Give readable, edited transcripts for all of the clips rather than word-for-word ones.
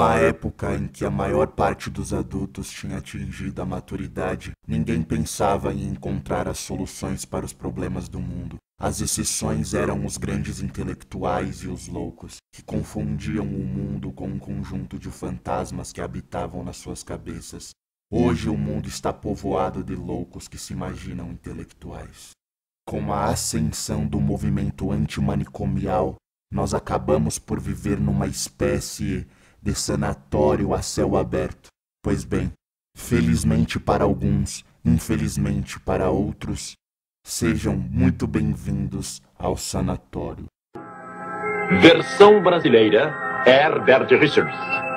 Numa época em que a maior parte dos adultos tinha atingido a maturidade, ninguém pensava em encontrar as soluções para os problemas do mundo. As exceções eram os grandes intelectuais e os loucos, que confundiam o mundo com um conjunto de fantasmas que habitavam nas suas cabeças. Hoje o mundo está povoado de loucos que se imaginam intelectuais. Com a ascensão do movimento antimanicomial, nós acabamos por viver numa espécie de sanatório a céu aberto. Pois bem, felizmente para alguns, infelizmente para outros, sejam muito bem-vindos ao sanatório. Versão brasileira, Herbert Richards.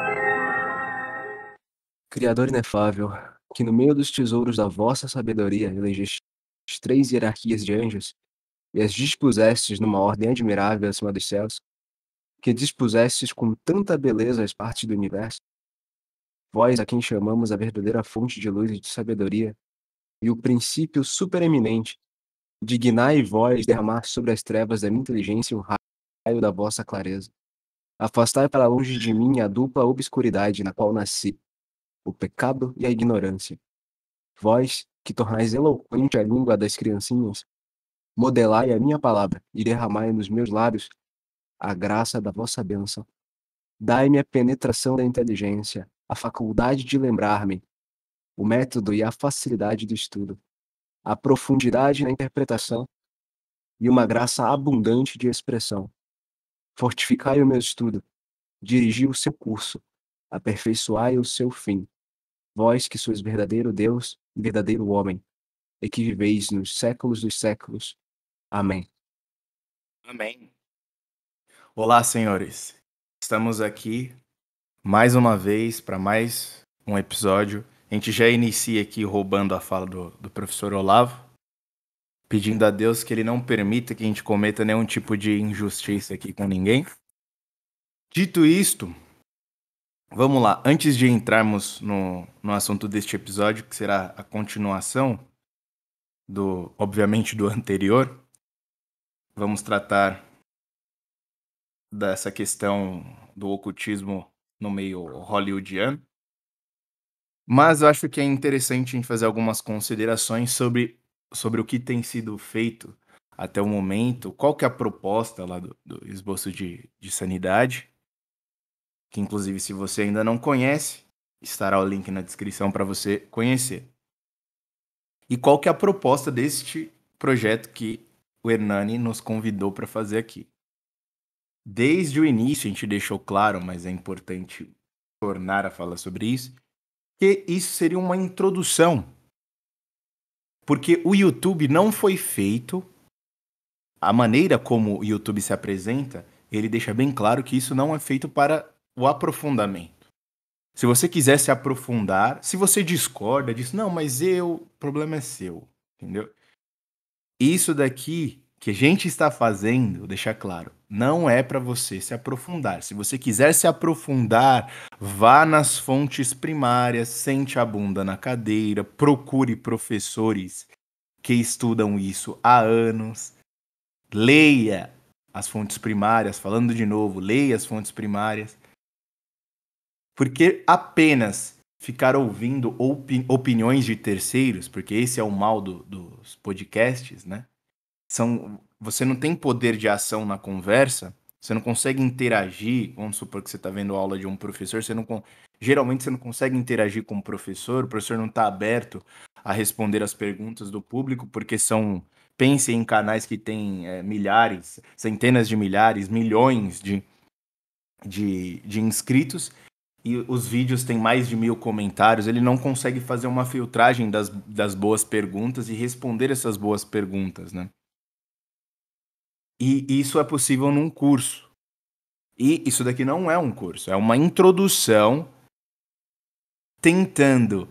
Criador inefável, que no meio dos tesouros da vossa sabedoria elegeste 3 hierarquias de anjos e as dispusestes numa ordem admirável acima dos céus, que dispusestes com tanta beleza as partes do universo, vós a quem chamamos a verdadeira fonte de luz e de sabedoria, e o princípio supereminente, dignai vós derramar sobre as trevas da minha inteligência o raio da vossa clareza. Afastai para longe de mim a dupla obscuridade na qual nasci, o pecado e a ignorância. Vós, que tornais eloquente a língua das criancinhas, modelai a minha palavra e derramai nos meus lábios a graça da vossa bênção. Dai-me a penetração da inteligência, a faculdade de lembrar-me, o método e a facilidade do estudo, a profundidade na interpretação e uma graça abundante de expressão. Fortificai o meu estudo, dirigi o seu curso, aperfeiçoai o seu fim. Vós que sois verdadeiro Deus e verdadeiro homem, e que viveis nos séculos dos séculos. Amém. Amém. Olá, senhores. Estamos aqui mais uma vez para mais um episódio. A gente já inicia aqui roubando a fala do professor Olavo, pedindo a Deus que ele não permita que a gente cometa nenhum tipo de injustiça aqui com ninguém. Dito isto, vamos lá. Antes de entrarmos no assunto deste episódio, que será a continuação obviamente, do anterior, vamos tratar dessa questão do ocultismo no meio hollywoodiano. Mas eu acho que é interessante a gente fazer algumas considerações sobre o que tem sido feito até o momento, qual que é a proposta lá do esboço de sanidade, que inclusive se você ainda não conhece, estará o link na descrição para você conhecer. E qual que é a proposta deste projeto que o Hernani nos convidou para fazer aqui. Desde o início a gente deixou claro, mas é importante tornar a falar sobre isso, que isso seria uma introdução. Porque o YouTube não foi feito, a maneira como o YouTube se apresenta, ele deixa bem claro que isso não é feito para o aprofundamento. Se você quiser se aprofundar, se você discorda disso, não, mas o problema é seu, entendeu? Isso daqui que a gente está fazendo, vou deixar claro, não é para você se aprofundar. Se você quiser se aprofundar, vá nas fontes primárias, sente a bunda na cadeira, procure professores que estudam isso há anos, leia as fontes primárias, falando de novo, leia as fontes primárias, porque apenas ficar ouvindo opiniões de terceiros, porque esse é o mal dos podcasts, né? Você não tem poder de ação na conversa, você não consegue interagir, vamos supor que você está vendo aula de um professor, geralmente você não consegue interagir com o professor não está aberto a responder as perguntas do público, porque pense em canais que têm milhares, centenas de milhares, milhões de inscritos, e os vídeos têm mais de 1000 comentários, ele não consegue fazer uma filtragem das boas perguntas e responder essas boas perguntas, né? E isso é possível num curso. E isso daqui não é um curso, é uma introdução tentando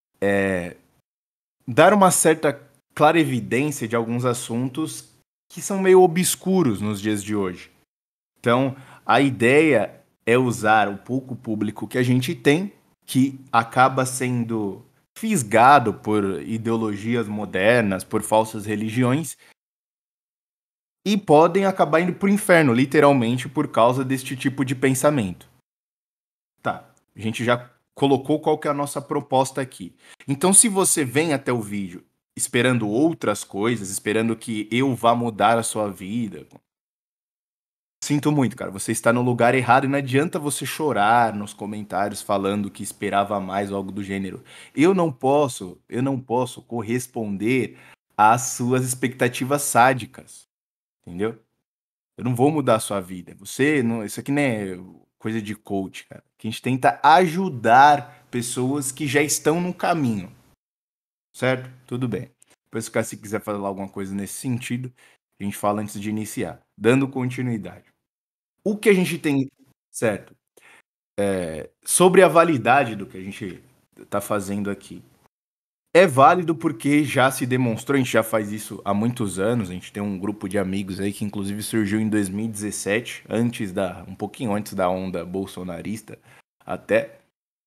dar uma certa clarevidência de alguns assuntos que são meio obscuros nos dias de hoje. Então, a ideia é usar o pouco público que a gente tem, que acaba sendo fisgado por ideologias modernas, por falsas religiões, e podem acabar indo pro inferno, literalmente, por causa deste tipo de pensamento. Tá, a gente já colocou qual que é a nossa proposta aqui. Então, se você vem até o vídeo esperando outras coisas, esperando que eu vá mudar a sua vida, sinto muito, cara. Você está no lugar errado e não adianta você chorar nos comentários falando que esperava mais ou algo do gênero. Eu não posso corresponder às suas expectativas sádicas, entendeu? Eu não vou mudar a sua vida. Você, não, isso aqui não é coisa de coach, cara. Que a gente tenta ajudar pessoas que já estão no caminho, certo? Tudo bem. Depois, se quiser falar alguma coisa nesse sentido, a gente fala antes de iniciar, dando continuidade. O que a gente tem, certo? Sobre a validade do que a gente está fazendo aqui. É válido porque já se demonstrou, a gente já faz isso há muitos anos, a gente tem um grupo de amigos aí que inclusive surgiu em 2017, um pouquinho antes da onda bolsonarista até,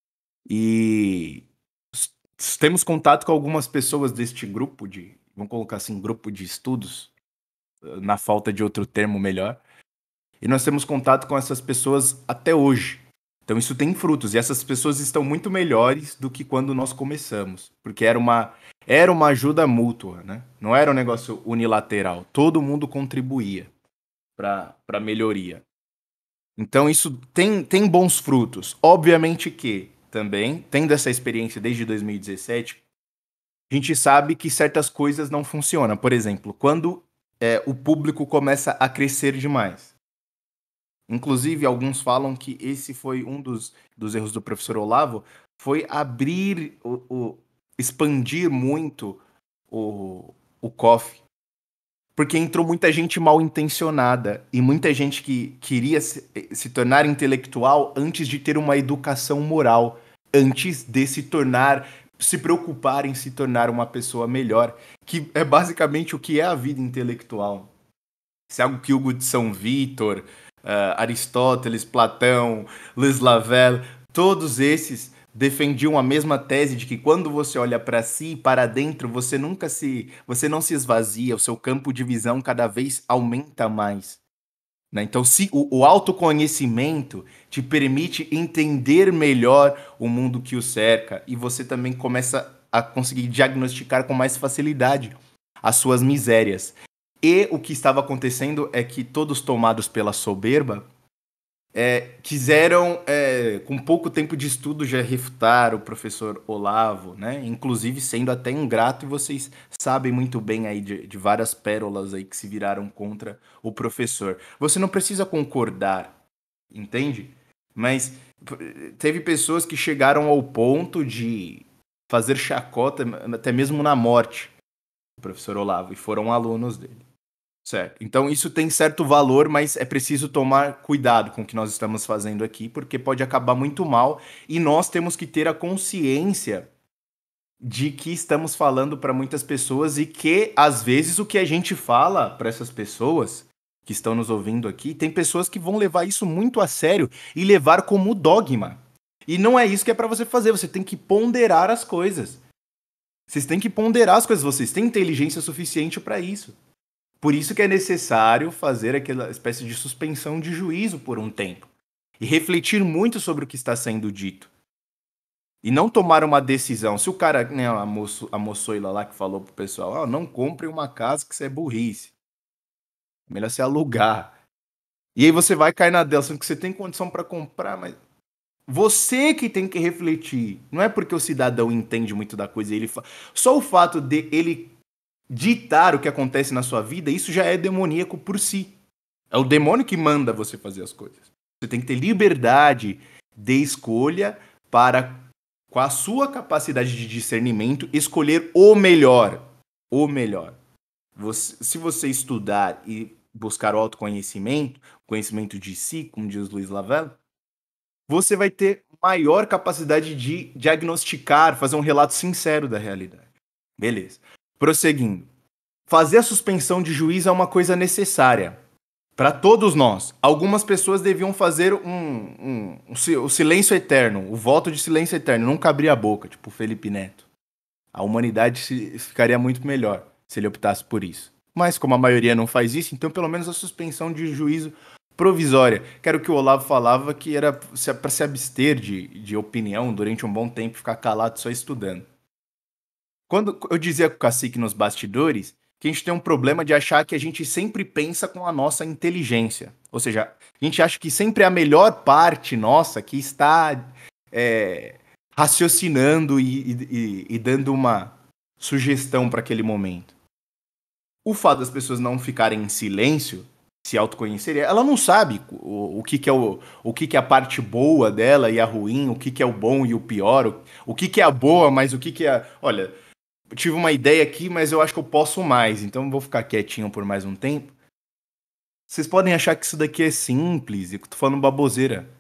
e temos contato com algumas pessoas deste grupo vamos colocar assim, grupo de estudos, na falta de outro termo melhor, e nós temos contato com essas pessoas até hoje. Então isso tem frutos, e essas pessoas estão muito melhores do que quando nós começamos, porque era uma ajuda mútua, né? Não era um negócio unilateral, todo mundo contribuía para a melhoria. Então isso tem bons frutos. Obviamente que também, tendo essa experiência desde 2017, a gente sabe que certas coisas não funcionam. Por exemplo, quando o público começa a crescer demais. Inclusive, alguns falam que esse foi um dos erros do professor Olavo, foi expandir muito o COF. Porque entrou muita gente mal intencionada e muita gente que queria se tornar intelectual antes de ter uma educação moral, antes de se preocupar em se tornar uma pessoa melhor, que é basicamente o que é a vida intelectual. Isso é algo que Hugo de São Vítor, Aristóteles, Platão, Luiz Lavelle, todos esses defendiam a mesma tese de que quando você olha para si, para dentro, você não se esvazia, o seu campo de visão cada vez aumenta mais. Né? Então, se o autoconhecimento te permite entender melhor o mundo que o cerca e você também começa a conseguir diagnosticar com mais facilidade as suas misérias. E o que estava acontecendo é que todos tomados pela soberba quiseram, com pouco tempo de estudo, já refutar o professor Olavo, né? Inclusive sendo até ingrato, e vocês sabem muito bem aí de várias pérolas aí que se viraram contra o professor. Você não precisa concordar, entende? Mas teve pessoas que chegaram ao ponto de fazer chacota, até mesmo na morte, do professor Olavo, e foram alunos dele. Certo. Então isso tem certo valor, mas é preciso tomar cuidado com o que nós estamos fazendo aqui, porque pode acabar muito mal e nós temos que ter a consciência de que estamos falando para muitas pessoas e que, às vezes, o que a gente fala para essas pessoas que estão nos ouvindo aqui, tem pessoas que vão levar isso muito a sério e levar como dogma. E não é isso que é para você fazer, você tem que ponderar as coisas. Vocês têm que ponderar as coisas, vocês têm inteligência suficiente para isso. Por isso que é necessário fazer aquela espécie de suspensão de juízo por um tempo. E refletir muito sobre o que está sendo dito. E não tomar uma decisão. Se o cara, né, a moçoila lá que falou pro pessoal, não compre uma casa que isso é burrice. Melhor você alugar. E aí você vai cair na dela, sendo que você tem condição para comprar, mas você que tem que refletir. Não é porque o cidadão entende muito da coisa e ele só o fato de ele ditar o que acontece na sua vida, isso já é demoníaco por si. É o demônio que manda você fazer as coisas. Você tem que ter liberdade de escolha para, com a sua capacidade de discernimento, escolher o melhor. O melhor. Se você estudar e buscar o autoconhecimento, conhecimento de si, como diz Luiz Lavelle, você vai ter maior capacidade de diagnosticar, fazer um relato sincero da realidade. Beleza. Prosseguindo. Fazer a suspensão de juízo é uma coisa necessária para todos nós. Algumas pessoas deviam fazer o silêncio eterno, o voto de silêncio eterno, nunca abrir a boca, tipo o Felipe Neto. A humanidade ficaria muito melhor se ele optasse por isso. Mas como a maioria não faz isso, então pelo menos a suspensão de juízo provisória, que era o que o Olavo falava, que era para se abster de opinião durante um bom tempo, ficar calado só estudando. Quando eu dizia com o Cacique nos bastidores, que a gente tem um problema de achar que a gente sempre pensa com a nossa inteligência. Ou seja, a gente acha que sempre é a melhor parte nossa que está raciocinando e dando uma sugestão para aquele momento. O fato das pessoas não ficarem em silêncio, se autoconhecerem, ela não sabe o que é a parte boa dela e a ruim, o que é o bom e o pior, o que é a boa, mas o que é... Olha, eu tive uma ideia aqui, mas eu acho que eu posso mais, então vou ficar quietinho por mais um tempo. Vocês podem achar que isso daqui é simples e que eu tô falando baboseira,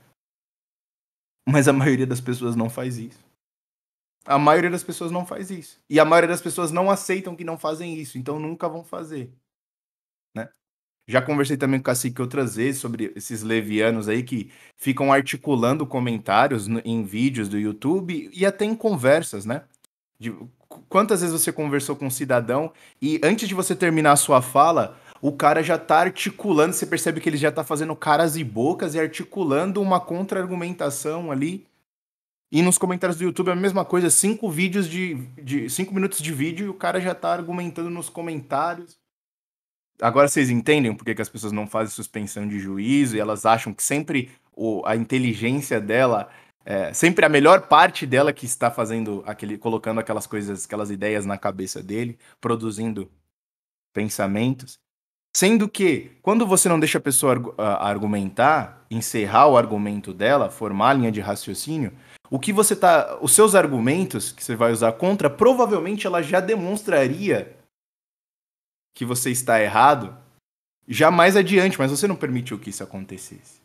mas a maioria das pessoas não faz isso. A maioria das pessoas não faz isso. E a maioria das pessoas não aceitam que não fazem isso, então nunca vão fazer. Né? Já conversei também com o Cacique outras vezes sobre esses levianos aí que ficam articulando comentários em vídeos do YouTube e até em conversas, né? Quantas vezes você conversou com um cidadão e antes de você terminar a sua fala, o cara já tá articulando, você percebe que ele já tá fazendo caras e bocas e articulando uma contra-argumentação ali. E nos comentários do YouTube é a mesma coisa, 5 vídeos de 5 minutos de vídeo e o cara já tá argumentando nos comentários. Agora vocês entendem por que as pessoas não fazem suspensão de juízo e elas acham que sempre a inteligência dela, sempre a melhor parte dela que está fazendo colocando aquelas coisas, aquelas ideias na cabeça dele, produzindo pensamentos. Sendo que, quando você não deixa a pessoa argumentar, encerrar o argumento dela, formar a linha de raciocínio, os seus argumentos que você vai usar contra, provavelmente ela já demonstraria que você está errado já mais adiante, mas você não permitiu que isso acontecesse.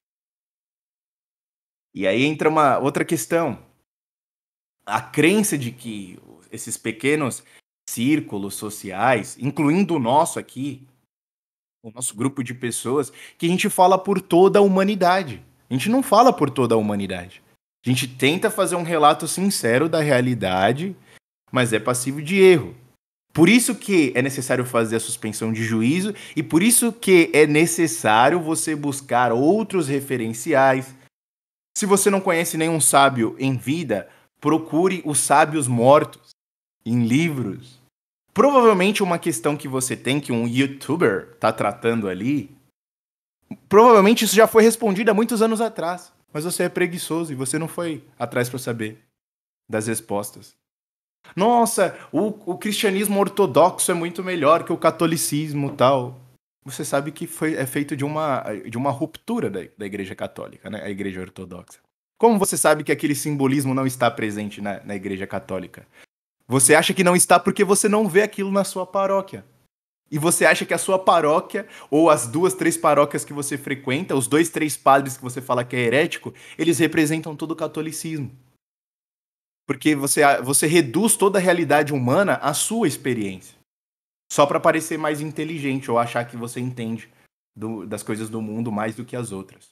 E aí entra uma outra questão. A crença de que esses pequenos círculos sociais, incluindo o nosso aqui, o nosso grupo de pessoas, que a gente fala por toda a humanidade. A gente não fala por toda a humanidade. A gente tenta fazer um relato sincero da realidade, mas é passivo de erro. Por isso que é necessário fazer a suspensão de juízo e por isso que é necessário você buscar outros referenciais. Se você não conhece nenhum sábio em vida, procure os sábios mortos em livros. Provavelmente uma questão que você tem, que um youtuber tá tratando ali, provavelmente isso já foi respondido há muitos anos atrás. Mas você é preguiçoso e você não foi atrás para saber das respostas. Nossa, o cristianismo ortodoxo é muito melhor que o catolicismo tal. Você sabe que é feito de uma ruptura da igreja católica, né? A igreja ortodoxa. Como você sabe que aquele simbolismo não está presente na igreja católica? Você acha que não está porque você não vê aquilo na sua paróquia. E você acha que a sua paróquia, ou as 2, 3 paróquias que você frequenta, os 2, 3 padres que você fala que é herético, eles representam todo o catolicismo. Porque você reduz toda a realidade humana à sua experiência. Só para parecer mais inteligente ou achar que você entende das coisas do mundo mais do que as outras.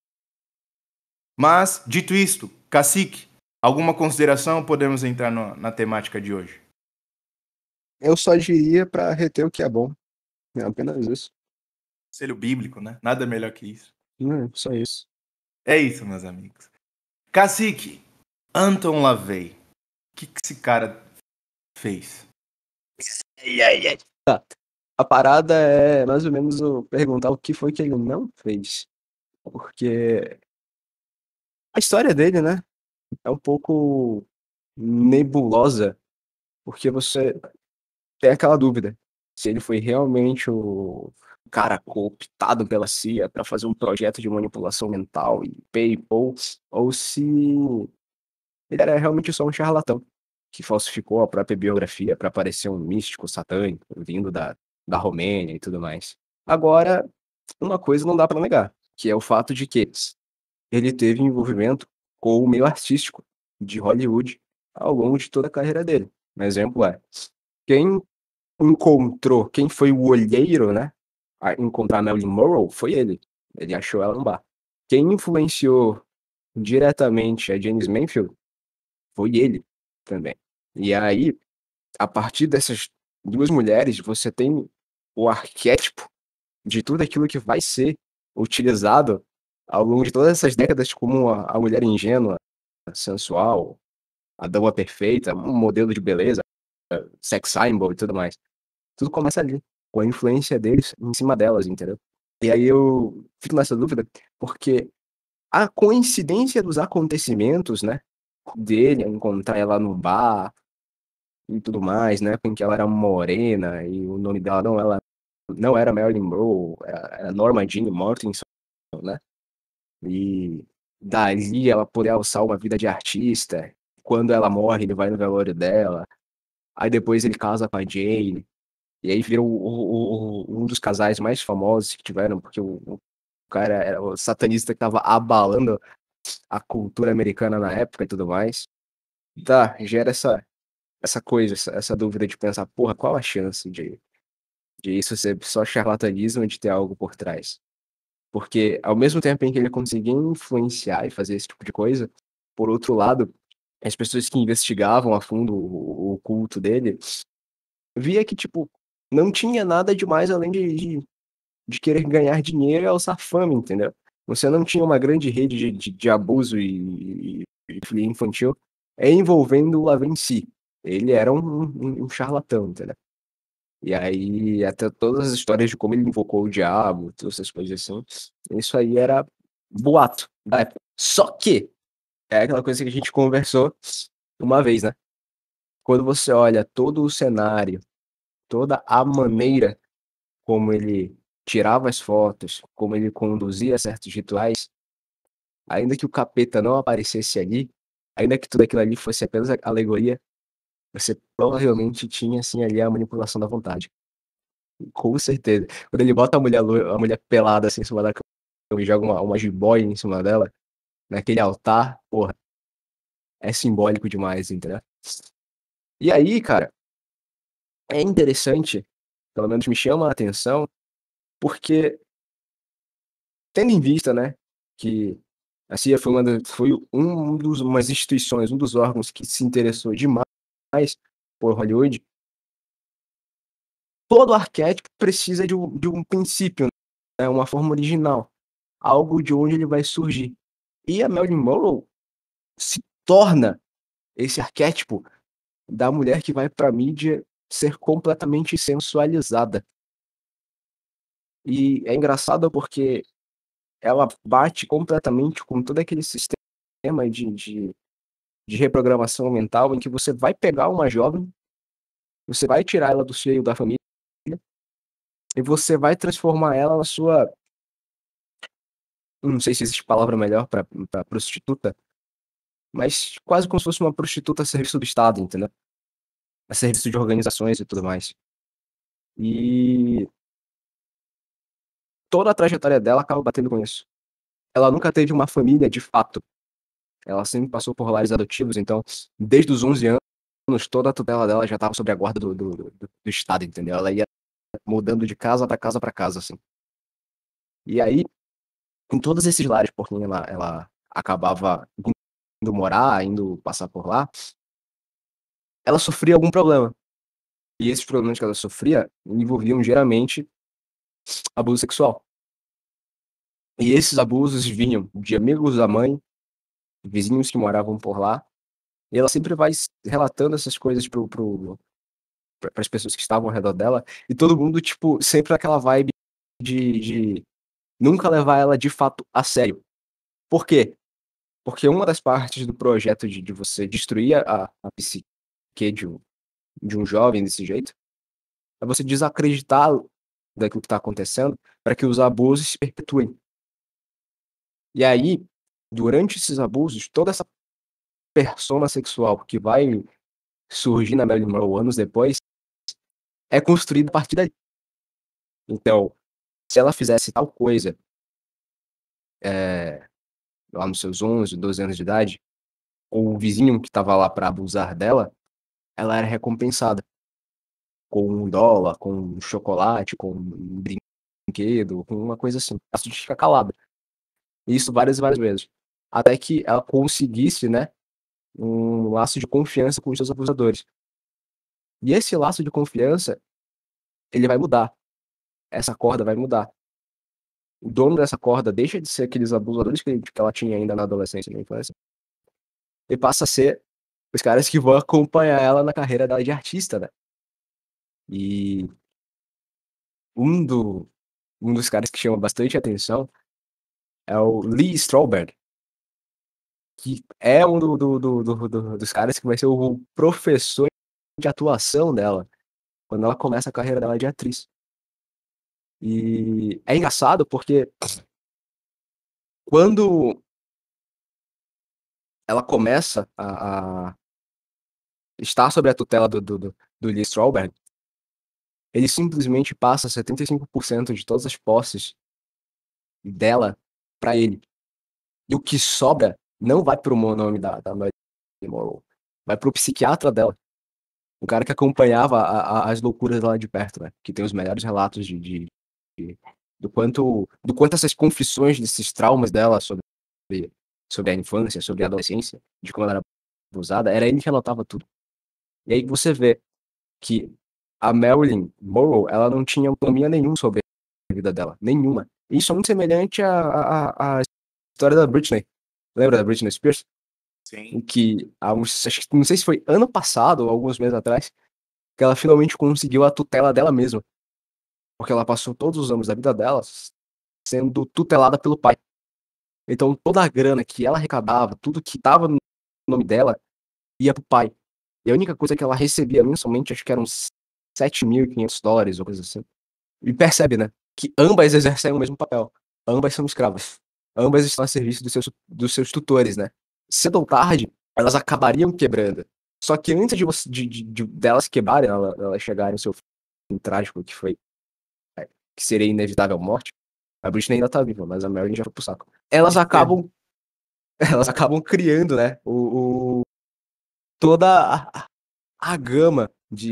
Mas, dito isto, Cacique, alguma consideração ou podemos entrar na temática de hoje? Eu só diria para reter o que é bom. É apenas isso. Conselho bíblico, né? Nada melhor que isso. Só isso. É isso, meus amigos. Cacique, Anton LaVey. O que esse cara fez? Tá. A parada é mais ou menos eu perguntar o que foi que ele não fez. Porque a história dele, né, é um pouco nebulosa. Porque você tem aquela dúvida se ele foi realmente o cara cooptado pela CIA para fazer um projeto de manipulação mental e PayPal, ou se ele era realmente só um charlatão que falsificou a própria biografia para parecer um místico satânico vindo da Romênia e tudo mais. Agora, uma coisa não dá para negar, que é o fato de que ele teve envolvimento com o meio artístico de Hollywood ao longo de toda a carreira dele. Um exemplo é, quem foi o olheiro, né, a encontrar Marilyn Monroe foi ele. Ele achou ela no bar. Quem influenciou diretamente a James Mayfield foi ele também. E aí, a partir dessas 2 mulheres, você tem o arquétipo de tudo aquilo que vai ser utilizado ao longo de todas essas décadas como a mulher ingênua, sensual, a dama perfeita, um modelo de beleza, sex symbol e tudo mais. Tudo começa ali, com a influência deles em cima delas, entendeu? E aí eu fico nessa dúvida, porque a coincidência dos acontecimentos, né, dele encontrar ela no bar e tudo mais, né, em que ela era morena e o nome dela não era Marilyn Monroe, era Norma Jean Mortensen, né? E dali ela poder alçar uma vida de artista. Quando ela morre, ele vai no velório dela. Aí depois ele casa com a Jane. E aí vira um dos casais mais famosos que tiveram, porque o cara era o satanista que tava abalando a cultura americana na época e tudo mais. Tá, gera essa coisa, essa dúvida de pensar, porra, qual a chance de isso ser só charlatanismo e de ter algo por trás? Porque ao mesmo tempo em que ele conseguia influenciar e fazer esse tipo de coisa, por outro lado, as pessoas que investigavam a fundo o culto dele, via que, tipo, não tinha nada demais além de querer ganhar dinheiro e alçar fama, entendeu? Você não tinha uma grande rede de abuso e infantil envolvendo o Lavency. Ele era um charlatão, entendeu? E aí, até todas as histórias de como ele invocou o diabo, todas essas coisas assim, isso aí era boato da época. Só que, é aquela coisa que a gente conversou uma vez, né? Quando você olha todo o cenário, toda a maneira como ele tirava as fotos, como ele conduzia certos rituais, ainda que o capeta não aparecesse ali, ainda que tudo aquilo ali fosse apenas alegoria, você provavelmente tinha, assim, ali a manipulação da vontade. Com certeza. Quando ele bota a mulher pelada assim em cima da cama e joga uma jiboia em cima dela, naquele altar, porra, é simbólico demais, entendeu? E aí, cara, é interessante, pelo menos me chama a atenção, porque tendo em vista, né, que a CIA foi umas instituições, um dos órgãos que se interessou demais por Hollywood, todo arquétipo precisa de um princípio, né, uma forma original, algo de onde ele vai surgir. E a Marilyn Monroe se torna esse arquétipo da mulher que vai pra mídia ser completamente sensualizada. E é engraçado porque ela bate completamente com todo aquele sistema de reprogramação mental em que você vai pegar uma jovem, você vai tirar ela do seio da família e você vai transformar ela na sua, não sei se existe palavra melhor para prostituta, mas quase como se fosse uma prostituta a serviço do Estado, entendeu? A serviço de organizações e tudo mais. E toda a trajetória dela acaba batendo com isso. Ela nunca teve uma família de fato. Ela sempre passou por lares adotivos, então, desde os 11 anos, toda a tutela dela já estava sob a guarda do Estado, entendeu? Ela ia mudando de casa para casa para casa, assim. E aí, em todos esses lares por quem ela acabava indo morar, indo passar por lá, ela sofria algum problema. E esses problemas que ela sofria envolviam geralmente abuso sexual. E esses abusos vinham de amigos da mãe, vizinhos que moravam por lá, e ela sempre vai relatando essas coisas para as pessoas que estavam ao redor dela, e todo mundo, tipo, sempre naquela vibe de nunca levar ela de fato a sério. Por quê? Porque uma das partes do projeto de você destruir a psique de um jovem desse jeito é você desacreditar daquilo que está acontecendo para que os abusos se perpetuem. E aí, durante esses abusos, toda essa persona sexual que vai surgir na Marilyn Monroe anos depois é construída a partir daí. Então, se ela fizesse tal coisa lá nos seus 11, 12 anos de idade, ou o vizinho que estava lá para abusar dela, ela era recompensada com $1, com um chocolate, com um brinquedo, com uma coisa assim. Ela só fica calada. E isso várias e várias vezes. Até que ela conseguisse, né, um laço de confiança com os seus abusadores. E esse laço de confiança, ele vai mudar. Essa corda vai mudar. o dono dessa corda deixa de ser aqueles abusadores que ela tinha ainda na adolescência e na infância, e passa a ser os caras que vão acompanhar ela na carreira dela de artista, né? E um, do, um dos caras que chama bastante atenção é o Lee Strasberg, que é um dos caras que vai ser o professor de atuação dela, quando ela começa a carreira dela de atriz. E é engraçado porque quando ela começa a estar sob a tutela do Lee Strasberg, ele simplesmente passa 75% de todas as posses dela para ele. E o que sobra não vai pro nome da Marilyn Monroe, vai pro psiquiatra dela. O cara que acompanhava as loucuras dela de perto, né? Que tem os melhores relatos do quanto essas confissões desses traumas dela sobre a infância, sobre a adolescência, de como ela era abusada, era ele que anotava tudo. E aí você vê que a Marilyn Monroe, ela não tinha autonomia nenhuma sobre a vida dela, nenhuma. E isso é muito semelhante à história da Britney. Lembra da Britney Spears? Em Sim. que, acho que não sei se foi ano passado ou alguns meses atrás, que ela finalmente conseguiu a tutela dela mesma. Porque ela passou todos os anos da vida dela sendo tutelada pelo pai. Então toda a grana que ela arrecadava, tudo que estava no nome dela, ia pro pai. E a única coisa que ela recebia mensalmente, acho que eram $7.500 ou coisa assim. E percebe, né? Que ambas exercem o mesmo papel. Ambas são escravas. Ambas estão a serviço dos seus tutores, né? Cedo ou tarde, elas acabariam quebrando. Só que antes delas quebrarem, elas chegarem ao seu fim trágico, que seria inevitável a morte, a Britney ainda tá viva, mas a Marilyn já foi pro saco. Elas acabam, elas acabam criando, né? Toda a gama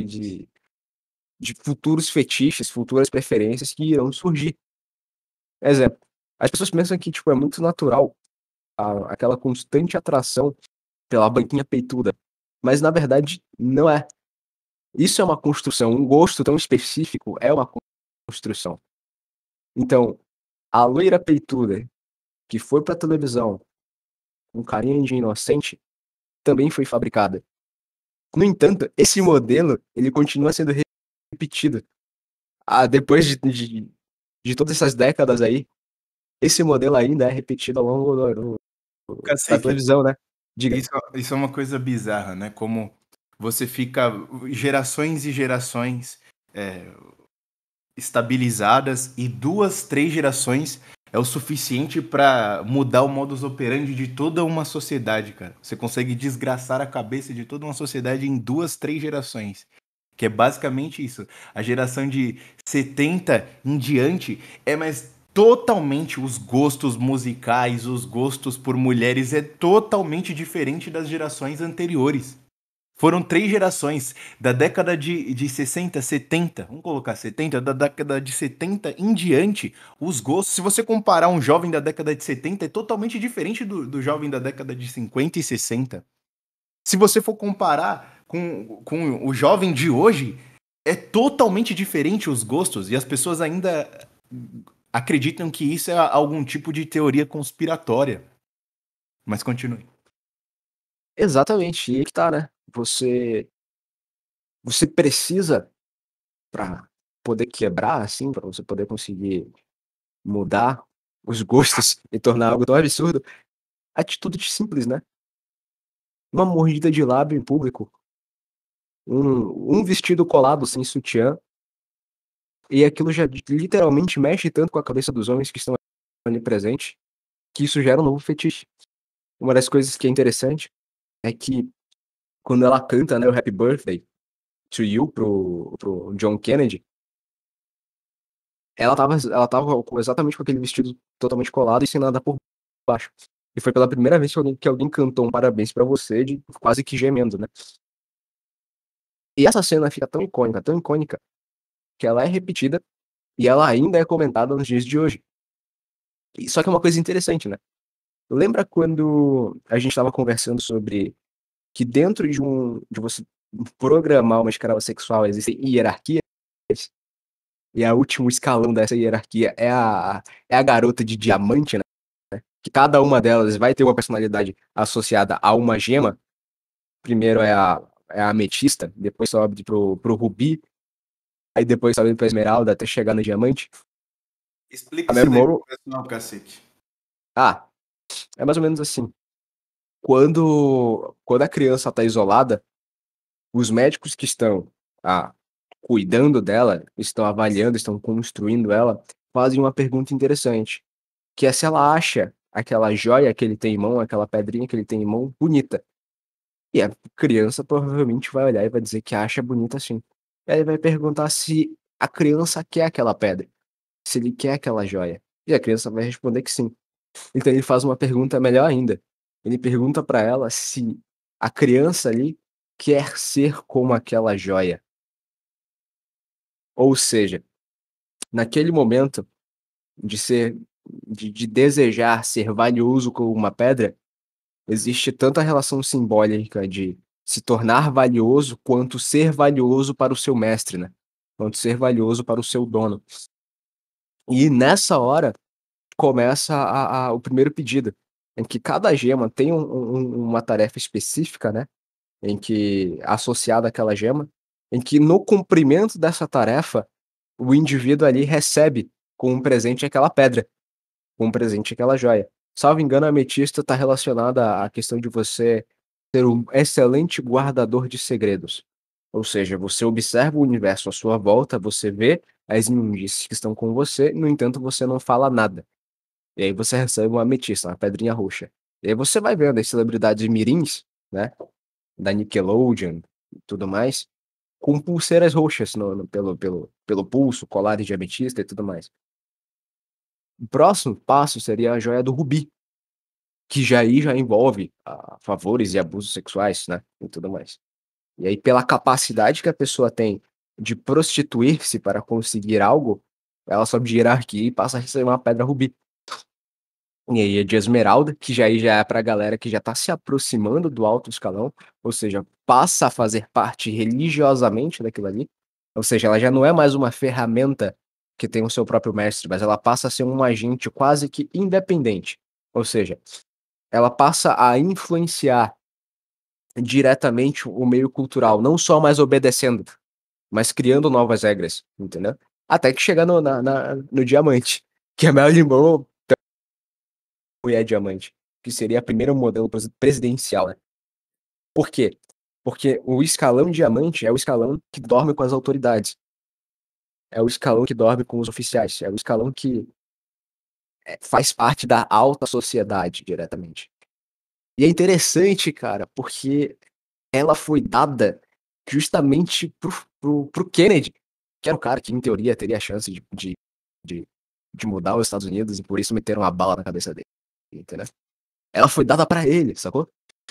de futuros fetiches, futuras preferências que irão surgir. Exemplo, as pessoas pensam que tipo, é muito natural aquela constante atração pela banquinha peituda, mas na verdade não é. Isso é uma construção, um gosto tão específico é uma construção. Então, a loira peituda que foi pra televisão com carinha de inocente também foi fabricada. No entanto, esse modelo ele continua sendo repetido. Depois de todas essas décadas aí, esse modelo ainda é repetido ao longo da Cacete, televisão, né? Diga. isso é uma coisa bizarra, né? Como você fica gerações e gerações é, estabilizadas e 2, 3 gerações é o suficiente para mudar o modus operandi de toda uma sociedade, cara. Você consegue desgraçar a cabeça de toda uma sociedade em 2, 3 gerações. Que é basicamente isso. A geração de 70 em diante é mais totalmente os gostos musicais, os gostos por mulheres é totalmente diferente das gerações anteriores. Foram 3 gerações, da década de 60, 70, vamos colocar 70, da década de 70 em diante, os gostos, se você comparar um jovem da década de 70, é totalmente diferente do jovem da década de 50 e 60. Se você for comparar com o jovem de hoje, é totalmente diferente os gostos, e as pessoas ainda acreditam que isso é algum tipo de teoria conspiratória. Mas continue. Exatamente, e aí que tá, né? Você precisa, pra poder quebrar, assim, pra você poder conseguir mudar os gostos e tornar algo tão absurdo, atitude simples, né? Uma mordida de lábio em público, um vestido colado sem sutiã, e aquilo já literalmente mexe tanto com a cabeça dos homens que estão ali presentes, que isso gera um novo fetiche. Uma das coisas que é interessante é que quando ela canta, né, o Happy Birthday to You pro John Kennedy, ela tava exatamente com aquele vestido totalmente colado e sem nada por baixo. E foi pela primeira vez que alguém cantou um parabéns pra você, quase que gemendo, né? E essa cena fica tão icônica, que ela é repetida e ela ainda é comentada nos dias de hoje. Só que é uma coisa interessante, né? Lembra quando a gente estava conversando sobre que dentro de você programar uma escrava sexual existem hierarquias? E a último escalão dessa hierarquia é a garota de diamante, né? Que cada uma delas vai ter uma personalidade associada a uma gema. Primeiro é a ametista, depois sobe pro rubi, aí depois sobe pra esmeralda até chegar no diamante. Explica A isso Mary daí pro Morrow, pessoal, cacete. é mais ou menos assim. Quando a criança está isolada, os médicos que estão ah, cuidando dela, estão avaliando, estão construindo ela, fazem uma pergunta interessante, que é se ela acha aquela joia que ele tem em mão, aquela pedrinha que ele tem em mão, bonita. E a criança provavelmente vai olhar e vai dizer que acha bonita sim. E aí vai perguntar se a criança quer aquela pedra, se ele quer aquela joia. E a criança vai responder que sim. Então ele faz uma pergunta melhor ainda. Ele pergunta para ela se a criança ali quer ser como aquela joia. Ou seja, naquele momento de ser de desejar ser valioso como uma pedra, existe tanta relação simbólica de se tornar valioso quanto ser valioso para o seu mestre, né? Quanto ser valioso para o seu dono. E nessa hora começa o primeiro pedido, em que cada gema tem uma tarefa específica, né? Em que associada àquela gema, em que no cumprimento dessa tarefa, o indivíduo ali recebe com um presente aquela pedra, com um presente aquela joia. Salvo engano, a ametista está relacionada à questão de você ser um excelente guardador de segredos. Ou seja, você observa o universo à sua volta, você vê as imundícies que estão com você, no entanto, você não fala nada. E aí você recebe uma ametista, uma pedrinha roxa. E aí você vai vendo as celebridades mirins, né, da Nickelodeon e tudo mais, com pulseiras roxas pelo pulso, colares de ametista e tudo mais. O próximo passo seria a joia do rubi, que já aí já envolve favores e abusos sexuais, né, e tudo mais. E aí pela capacidade que a pessoa tem de prostituir-se para conseguir algo, ela sobe de hierarquia e passa a receber uma pedra rubi. E aí é de esmeralda, que já aí já é pra galera que já tá se aproximando do alto escalão, ou seja, passa a fazer parte religiosamente daquilo ali, ou seja, ela já não é mais uma ferramenta que tem o seu próprio mestre, mas ela passa a ser um agente quase que independente. Ou seja, ela passa a influenciar diretamente o meio cultural, não só mais obedecendo, mas criando novas regras, entendeu? Até que chega no diamante, que a Marilyn Monroe mulher diamante, que seria a primeira modelo presidencial, né. Por quê? Porque o escalão diamante é o escalão que dorme com as autoridades, é o escalão que dorme com os oficiais, é o escalão que, faz parte da alta sociedade diretamente. E é interessante, cara, porque ela foi dada justamente pro Kennedy, que era o cara que em teoria teria a chance de de mudar os Estados Unidos e por isso meteram uma bala na cabeça dele, entendeu. Ela foi dada pra ele, sacou?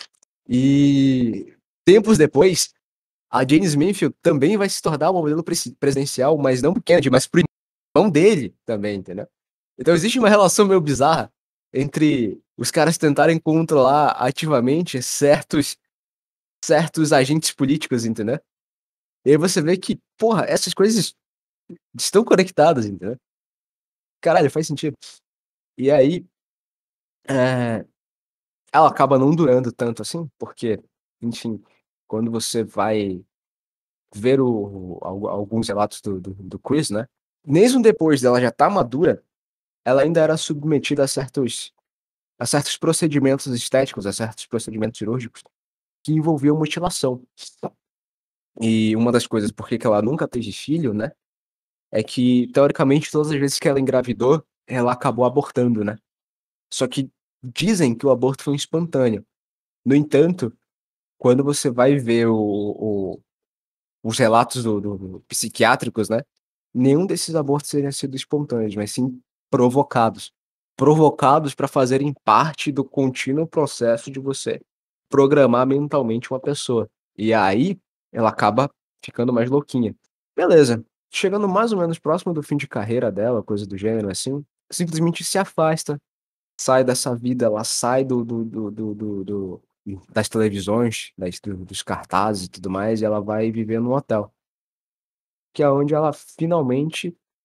E tempos depois, a Jane Smith também vai se tornar uma modelo presidencial, mas não pro Kennedy, mas pro irmão dele também, entendeu? Então existe uma relação meio bizarra entre os caras tentarem controlar ativamente certos agentes políticos, entendeu? E aí você vê que, porra, essas coisas estão conectadas, entendeu? Caralho, faz sentido. E aí, eh, ela acaba não durando tanto assim, porque, enfim, quando você vai ver alguns relatos do Chris, né? Mesmo depois dela já estar madura, ela ainda era submetida a certos procedimentos estéticos, a certos procedimentos cirúrgicos que envolviam mutilação. E uma das coisas por que ela nunca teve filho, né? É que, teoricamente, todas as vezes que ela engravidou, ela acabou abortando, né? Só que dizem que o aborto foi espontâneo. No entanto, quando você vai ver os relatos psiquiátricos, né? Nenhum desses abortos teriam sido espontâneos, mas sim provocados. Provocados para fazerem parte do contínuo processo de você programar mentalmente uma pessoa. E aí, ela acaba ficando mais louquinha. Beleza. Chegando mais ou menos próximo do fim de carreira dela, coisa do gênero assim, simplesmente se afasta, sai dessa vida, ela sai das televisões, dos cartazes e tudo mais, e ela vai viver num hotel, que é onde ela finalmente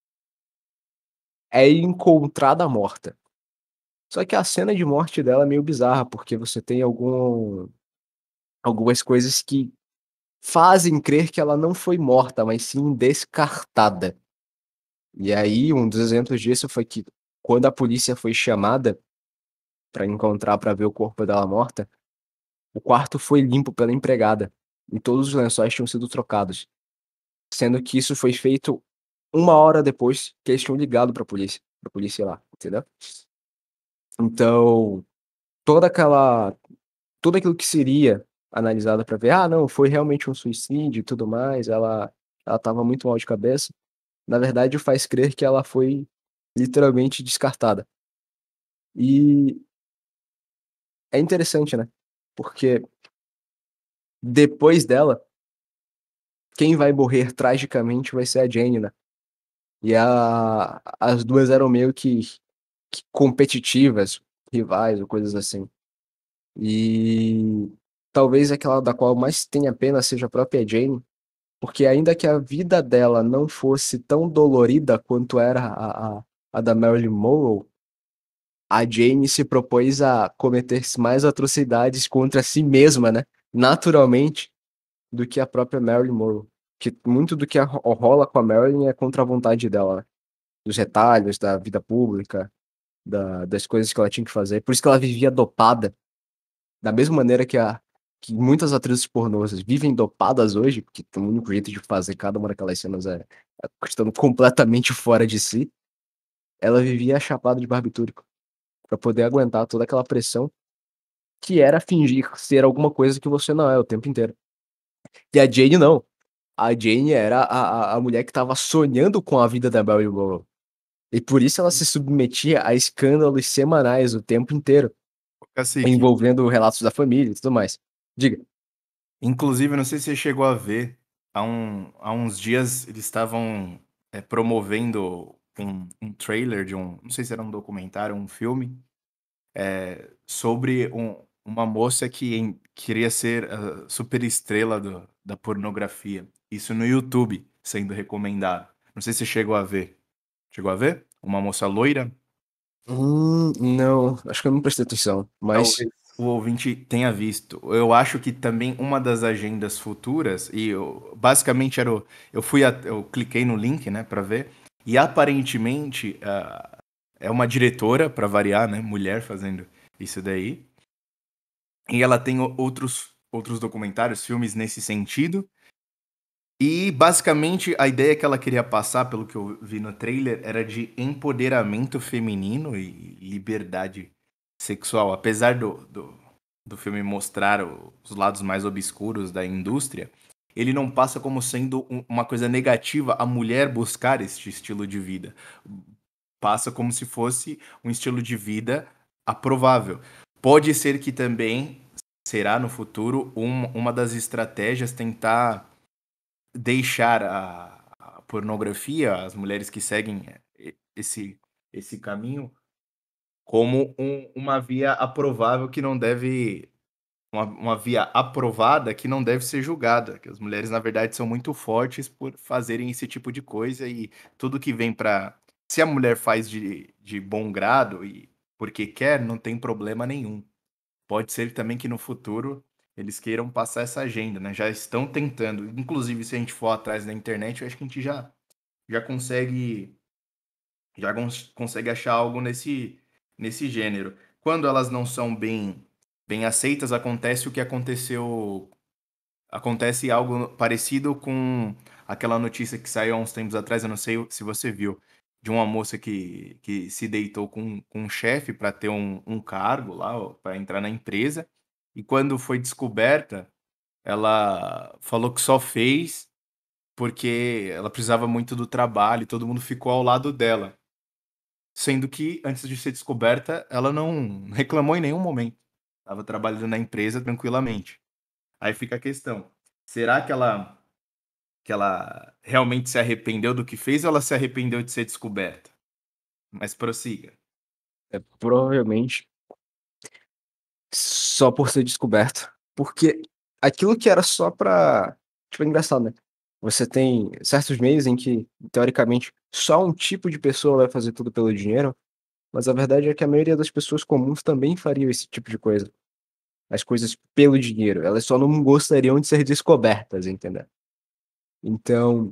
é encontrada morta. Só que a cena de morte dela é meio bizarra, porque você tem algumas coisas que fazem crer que ela não foi morta, mas sim descartada. E aí, um dos exemplos disso foi que quando a polícia foi chamada para ver o corpo dela morta, o quarto foi limpo pela empregada e todos os lençóis tinham sido trocados, sendo que isso foi feito 1 hora depois que eles tinham ligado pra polícia ir lá, entendeu? Então, toda aquela tudo aquilo que seria analisado pra ver: "Ah, não, foi realmente um suicídio e tudo mais, ela estava muito mal de cabeça", na verdade faz crer que ela foi literalmente descartada. E é interessante, né, porque depois dela, quem vai morrer tragicamente vai ser a Jane, né. E as 2 eram meio que competitivas, rivais ou coisas assim. E talvez aquela da qual mais tenha pena seja a própria Jane, porque ainda que a vida dela não fosse tão dolorida quanto era a da Marilyn Monroe, a Jane se propôs a cometer mais atrocidades contra si mesma, né, naturalmente, do que a própria Marilyn Monroe. Que muito do que rola com a Marilyn é contra a vontade dela, né, dos retalhos da vida pública, das coisas que ela tinha que fazer. Por isso que ela vivia dopada, da mesma maneira que muitas atrizes pornôs vivem dopadas hoje, porque o único jeito de fazer cada uma daquelas cenas é estando completamente fora de si. Ela vivia chapada de barbitúrico, pra poder aguentar toda aquela pressão, que era fingir ser alguma coisa que você não é o tempo inteiro. E a Jane não. A Jane era a mulher que estava sonhando com a vida da Marilyn Monroe. E por isso ela se submetia a escândalos semanais o tempo inteiro, Cacique, envolvendo relatos da família e tudo mais. Diga. inclusive, eu não sei se você chegou a ver, há uns dias eles estavam promovendo um trailer de não sei se era um documentário ou um filme, sobre uma moça que queria ser a super estrela da pornografia. Isso no YouTube, sendo recomendado. Não sei se você chegou a ver. Chegou a ver? Uma moça loira. Não, acho que eu não prestei atenção, mas Talvez o ouvinte tenha visto. Eu acho que também uma das agendas futuras, basicamente eu cliquei no link, né, para ver, e aparentemente é uma diretora, para variar, né, mulher fazendo isso daí, e ela tem outros documentários, filmes nesse sentido, e basicamente a ideia que ela queria passar, pelo que eu vi no trailer, era de empoderamento feminino e liberdade sexual. Apesar do filme mostrar os lados mais obscuros da indústria, ele não passa como sendo uma coisa negativa a mulher buscar este estilo de vida. Passa como se fosse um estilo de vida aprovável. Pode ser que também será no futuro uma das estratégias tentar deixar a pornografia, as mulheres que seguem esse caminho, como uma via aprovável que não deve uma via aprovada que não deve ser julgada, que as mulheres, na verdade, são muito fortes por fazerem esse tipo de coisa e tudo que vem para se a mulher faz de bom grado e porque quer, não tem problema nenhum. Pode ser também que no futuro eles queiram passar essa agenda, né, já estão tentando. Inclusive, se a gente for atrás na internet, eu acho que a gente já consegue consegue achar algo nesse gênero. Quando elas não são bem aceitas, acontece o que acontece algo parecido com aquela notícia que saiu há uns tempos atrás, eu não sei se você viu, de uma moça que se deitou com um chefe para ter um cargo lá, para entrar na empresa, e quando foi descoberta, ela falou que só fez porque ela precisava muito do trabalho e todo mundo ficou ao lado dela. Sendo que, antes de ser descoberta, ela não reclamou em nenhum momento. Estava trabalhando na empresa tranquilamente. Aí fica a questão: será que ela realmente se arrependeu do que fez ou ela se arrependeu de ser descoberta? Mas prossiga. provavelmente só por ser descoberto. Porque aquilo que era só pra. Tipo, é engraçado, né? Você tem certos meios em que, teoricamente, só um tipo de pessoa vai fazer tudo pelo dinheiro, mas a verdade é que a maioria das pessoas comuns também fariam esse tipo de coisa. As coisas pelo dinheiro, elas só não gostariam de ser descobertas, entendeu? Então,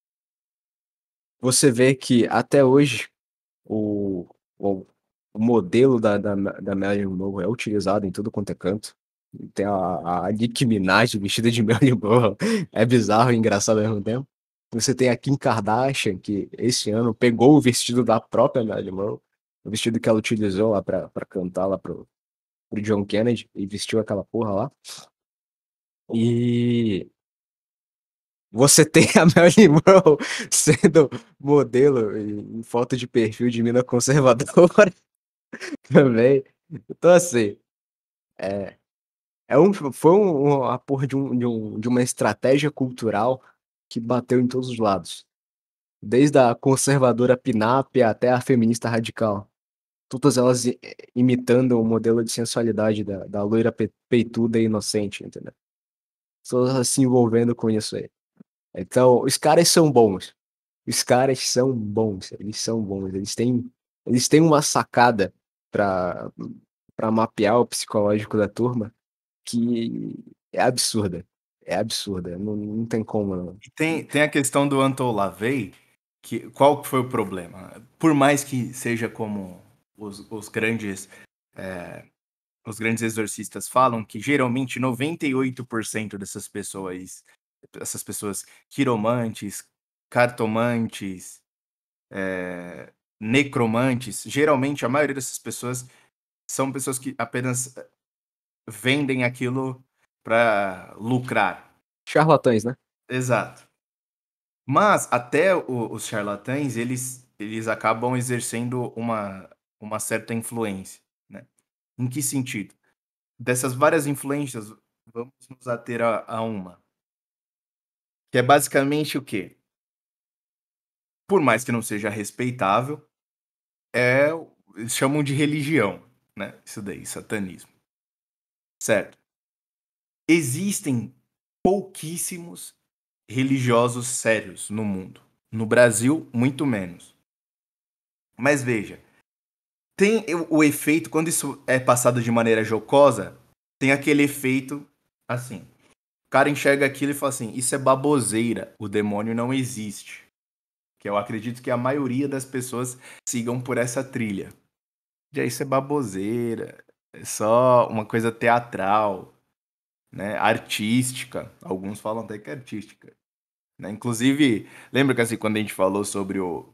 você vê que até hoje o o o modelo da Marilyn Monroe é utilizado em tudo quanto é canto. Tem a Nicki Minaj vestida de Marilyn Monroe, é bizarro e engraçado ao mesmo tempo. Você tem a Kim Kardashian, que esse ano pegou o vestido da própria Marilyn Monroe, o vestido que ela utilizou lá pra cantar lá pro John Kennedy, e vestiu aquela porra lá. E você tem a Marilyn Monroe sendo modelo em foto de perfil de mina conservadora também. Então, assim, é, foi a porra de uma estratégia cultural que bateu em todos os lados. Desde a conservadora pin-up até a feminista radical. Todas elas imitando o modelo de sensualidade da loira peituda e inocente, entendeu? Todas elas se envolvendo com isso aí. Então, os caras são bons. Os caras são bons, eles são bons. Eles têm uma sacada pra para mapear o psicológico da turma que é absurda. É absurda, não tem como não. E tem a questão do Anton LaVey, que qual que foi o problema? Por mais que seja como os grandes os grandes exorcistas falam, que geralmente 98% essas pessoas quiromantes, cartomantes, necromantes, geralmente a maioria dessas pessoas são pessoas que apenas vendem aquilo para lucrar. Charlatães, né? Exato. Mas até os charlatães, eles acabam exercendo uma certa influência, né? Em que sentido? Dessas várias influências, vamos nos ater a uma, que é basicamente o quê? Por mais que não seja respeitável, eles chamam de religião, né? Isso daí, satanismo, certo? Existem pouquíssimos religiosos sérios no mundo. No Brasil, muito menos. Mas veja, tem o efeito, quando isso é passado de maneira jocosa, tem aquele efeito assim. O cara enxerga aquilo e fala assim: isso é baboseira, o demônio não existe. Que eu acredito que a maioria das pessoas sigam por essa trilha. Já isso é baboseira, é só uma coisa teatral, né? Artística. Alguns falam até que é artística. Né? Inclusive, lembra que assim, quando a gente falou sobre o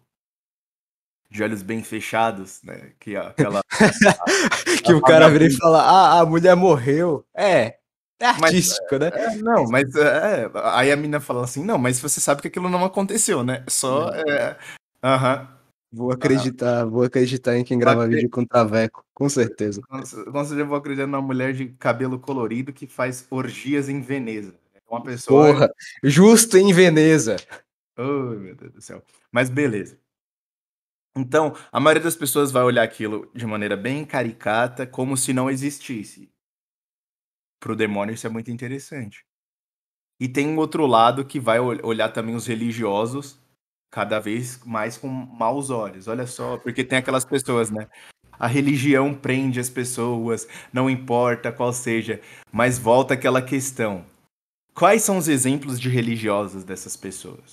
De Olhos Bem Fechados, né? Que aquela Que a o cara vira e vagabunda. fala: "Ah, a mulher morreu". É Mas artístico, né? não, mas aí a mina fala assim: não, mas você sabe que aquilo não aconteceu, né? Só. Aham. Vou acreditar em quem Não grava vídeo com traveco, com certeza. Com certeza eu vou acreditar numa mulher de cabelo colorido que faz orgias em Veneza. É uma pessoa. Porra, justo em Veneza. Oh, meu Deus do céu. Mas beleza. Então, a maioria das pessoas vai olhar aquilo de maneira bem caricata, como se não existisse. Pro demônio isso é muito interessante. E tem um outro lado que vai olhar também os religiosos cada vez mais com maus olhos. Olha só, porque tem aquelas pessoas, né? A religião prende as pessoas, não importa qual seja, mas volta aquela questão. Quais são os exemplos de religiosos dessas pessoas?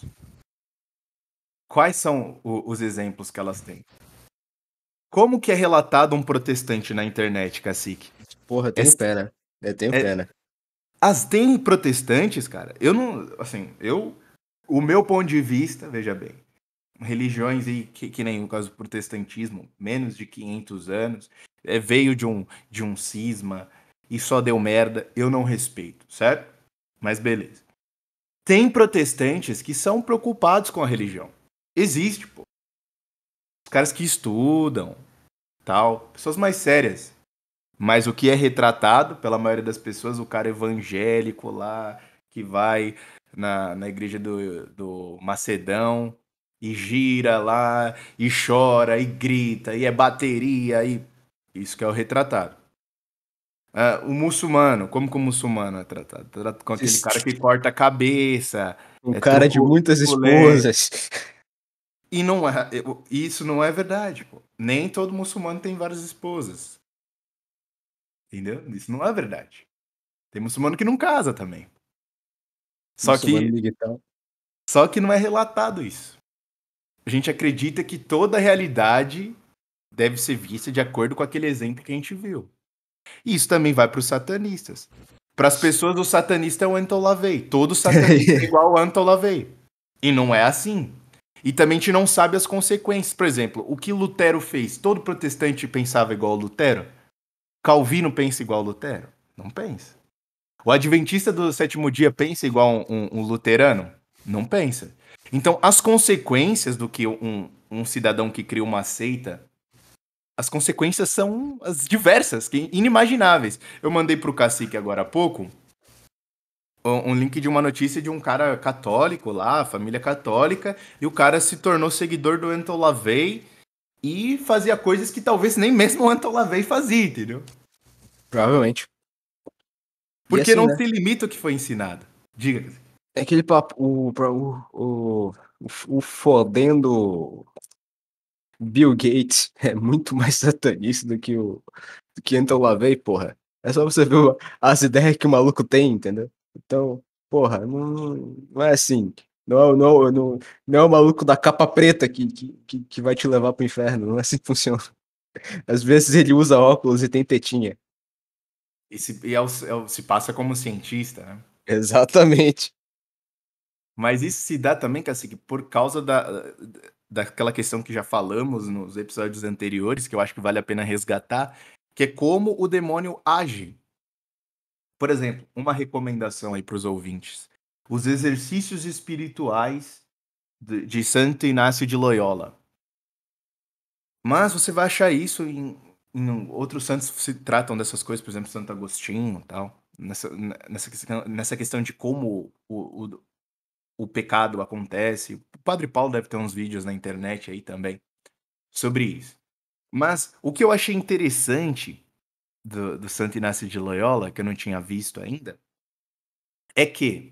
Quais são os exemplos que elas têm? Como que é relatado um protestante na internet, cacique? Porra, eu É, tenho pena. Eu tenho é, pena. tem protestantes, cara. Eu não, assim, o meu ponto de vista, veja bem, religiões aí que nem o caso do protestantismo, menos de 500 anos, veio de um cisma e só deu merda, eu não respeito, certo? Mas beleza. Tem protestantes que são preocupados com a religião. Existe, pô. Os caras que estudam, tal, pessoas mais sérias. Mas o que é retratado pela maioria das pessoas, o cara evangélico lá, que vai na igreja do Macedão e gira lá, e chora, e grita, e é bateria, e isso que é o retratado. O muçulmano, como que o muçulmano é tratado? Tratado com aquele cara que corta a cabeça, Um é cara de muitas truculento. esposas. E não é, isso não é verdade, pô. Nem todo muçulmano tem várias esposas. Entendeu? Isso não é verdade. Tem muçulmano que não casa também. Só Muçulmano que, miguel. só que não é relatado isso. A gente acredita que toda a realidade deve ser vista de acordo com aquele exemplo que a gente viu. E isso também vai para os satanistas. Para as pessoas, o satanista é o Anton LaVey. Todo satanista é igual ao Anton LaVey. E não é assim. E também a gente não sabe as consequências. Por exemplo, o que Lutero fez? Todo protestante pensava igual ao Lutero? Calvino pensa igual ao Lutero? Não pensa. O adventista do sétimo dia pensa igual um luterano? Não pensa. Então, as consequências do que um cidadão que cria uma seita, as consequências são as diversas, inimagináveis. Eu mandei pro cacique agora há pouco um link de uma notícia de um cara católico lá, família católica, e o cara se tornou seguidor do Anton LaVey e fazia coisas que talvez nem mesmo o Anton LaVey fazia, entendeu? Provavelmente. Porque assim, não né? se limita o que foi ensinado. Diga. É aquele papo, o fodendo Bill Gates é muito mais satanista do que Anton LaVey, porra. É só você ver as ideias que o maluco tem, entendeu? Então, porra, não é assim. Não é o maluco da capa preta que vai te levar pro inferno. Não é assim que funciona. Às vezes ele usa óculos e tem tetinha. Se passa como cientista, né? Exatamente. Mas isso se dá também, Cacique, por causa daquela questão que já falamos nos episódios anteriores, que eu acho que vale a pena resgatar, que é como o demônio age. Por exemplo, uma recomendação aí para os ouvintes. Os exercícios espirituais de Santo Inácio de Loyola. Mas você vai achar isso em outros santos que se tratam dessas coisas, por exemplo, Santo Agostinho e tal. Nessa questão de como o pecado acontece. O Padre Paulo deve ter uns vídeos na internet aí também sobre isso. Mas o que eu achei interessante do Santo Inácio de Loyola, que eu não tinha visto ainda, é que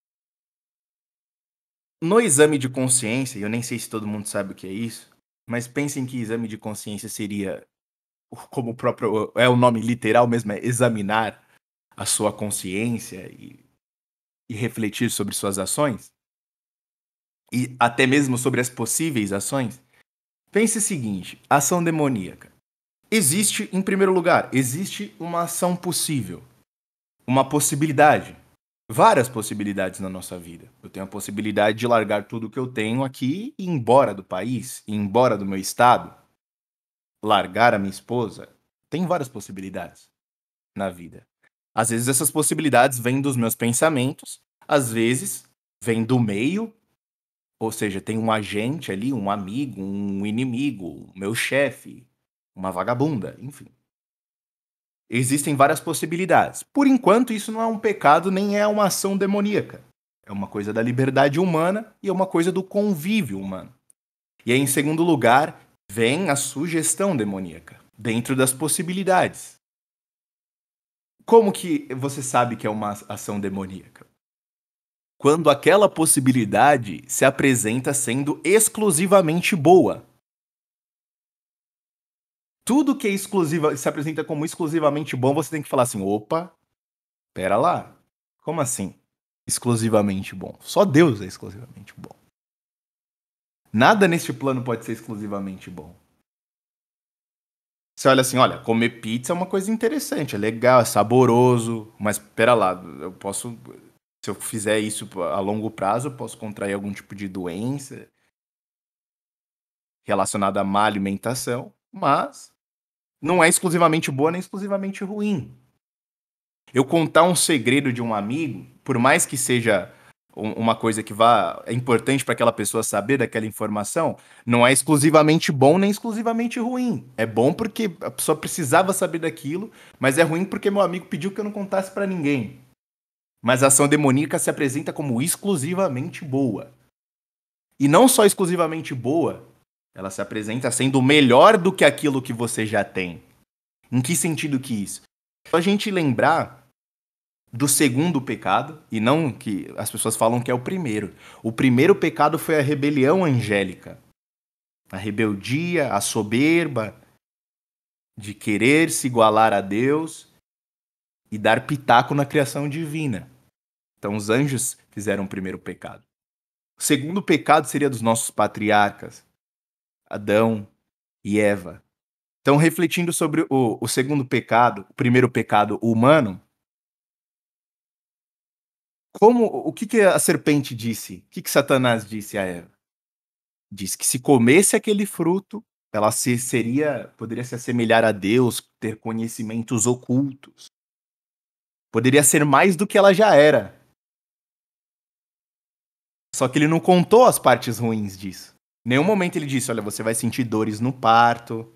no exame de consciência, e eu nem sei se todo mundo sabe o que é isso, mas pensem que exame de consciência seria, como o próprio, é o nome literal mesmo, é examinar a sua consciência e refletir sobre suas ações, e até mesmo sobre as possíveis ações. Pense o seguinte, ação demoníaca. Existe, em primeiro lugar, existe uma ação possível, uma possibilidade, várias possibilidades na nossa vida. Eu tenho a possibilidade de largar tudo que eu tenho aqui e ir embora do país, ir embora do meu estado, largar a minha esposa. Tem várias possibilidades na vida. Às vezes essas possibilidades vêm dos meus pensamentos, às vezes vêm do meio, ou seja, tem um agente ali, um amigo, um inimigo, meu chefe, uma vagabunda, enfim. Existem várias possibilidades. Por enquanto, isso não é um pecado nem é uma ação demoníaca. É uma coisa da liberdade humana e é uma coisa do convívio humano. E aí, em segundo lugar, vem a sugestão demoníaca, dentro das possibilidades. Como que você sabe que é uma ação demoníaca? Quando aquela possibilidade se apresenta sendo exclusivamente boa. Tudo que é se apresenta como exclusivamente bom, você tem que falar assim, opa, pera lá, como assim? Exclusivamente bom. Só Deus é exclusivamente bom. Nada neste plano pode ser exclusivamente bom. Você olha assim, olha, comer pizza é uma coisa interessante, é legal, é saboroso, mas pera lá, eu posso, se eu fizer isso a longo prazo, eu posso contrair algum tipo de doença relacionada à má alimentação, mas não é exclusivamente boa nem exclusivamente ruim. Eu contar um segredo de um amigo, por mais que seja uma coisa que é importante para aquela pessoa saber daquela informação, não é exclusivamente bom nem exclusivamente ruim. É bom porque a pessoa precisava saber daquilo, mas é ruim porque meu amigo pediu que eu não contasse para ninguém. Mas a ação demoníaca se apresenta como exclusivamente boa. E não só exclusivamente boa, ela se apresenta sendo melhor do que aquilo que você já tem. Em que sentido que isso? Só a gente lembrar do segundo pecado, e não que as pessoas falam que é o primeiro. O primeiro pecado foi a rebelião angélica. A rebeldia, a soberba de querer se igualar a Deus e dar pitaco na criação divina. Então os anjos fizeram o primeiro pecado. O segundo pecado seria dos nossos patriarcas, Adão e Eva. Então, refletindo sobre o segundo pecado, o primeiro pecado humano, o que a serpente disse? O que Satanás disse a Eva? Disse que se comesse aquele fruto, ela poderia se assemelhar a Deus, ter conhecimentos ocultos. Poderia ser mais do que ela já era. Só que ele não contou as partes ruins disso. Em nenhum momento ele disse, olha, você vai sentir dores no parto,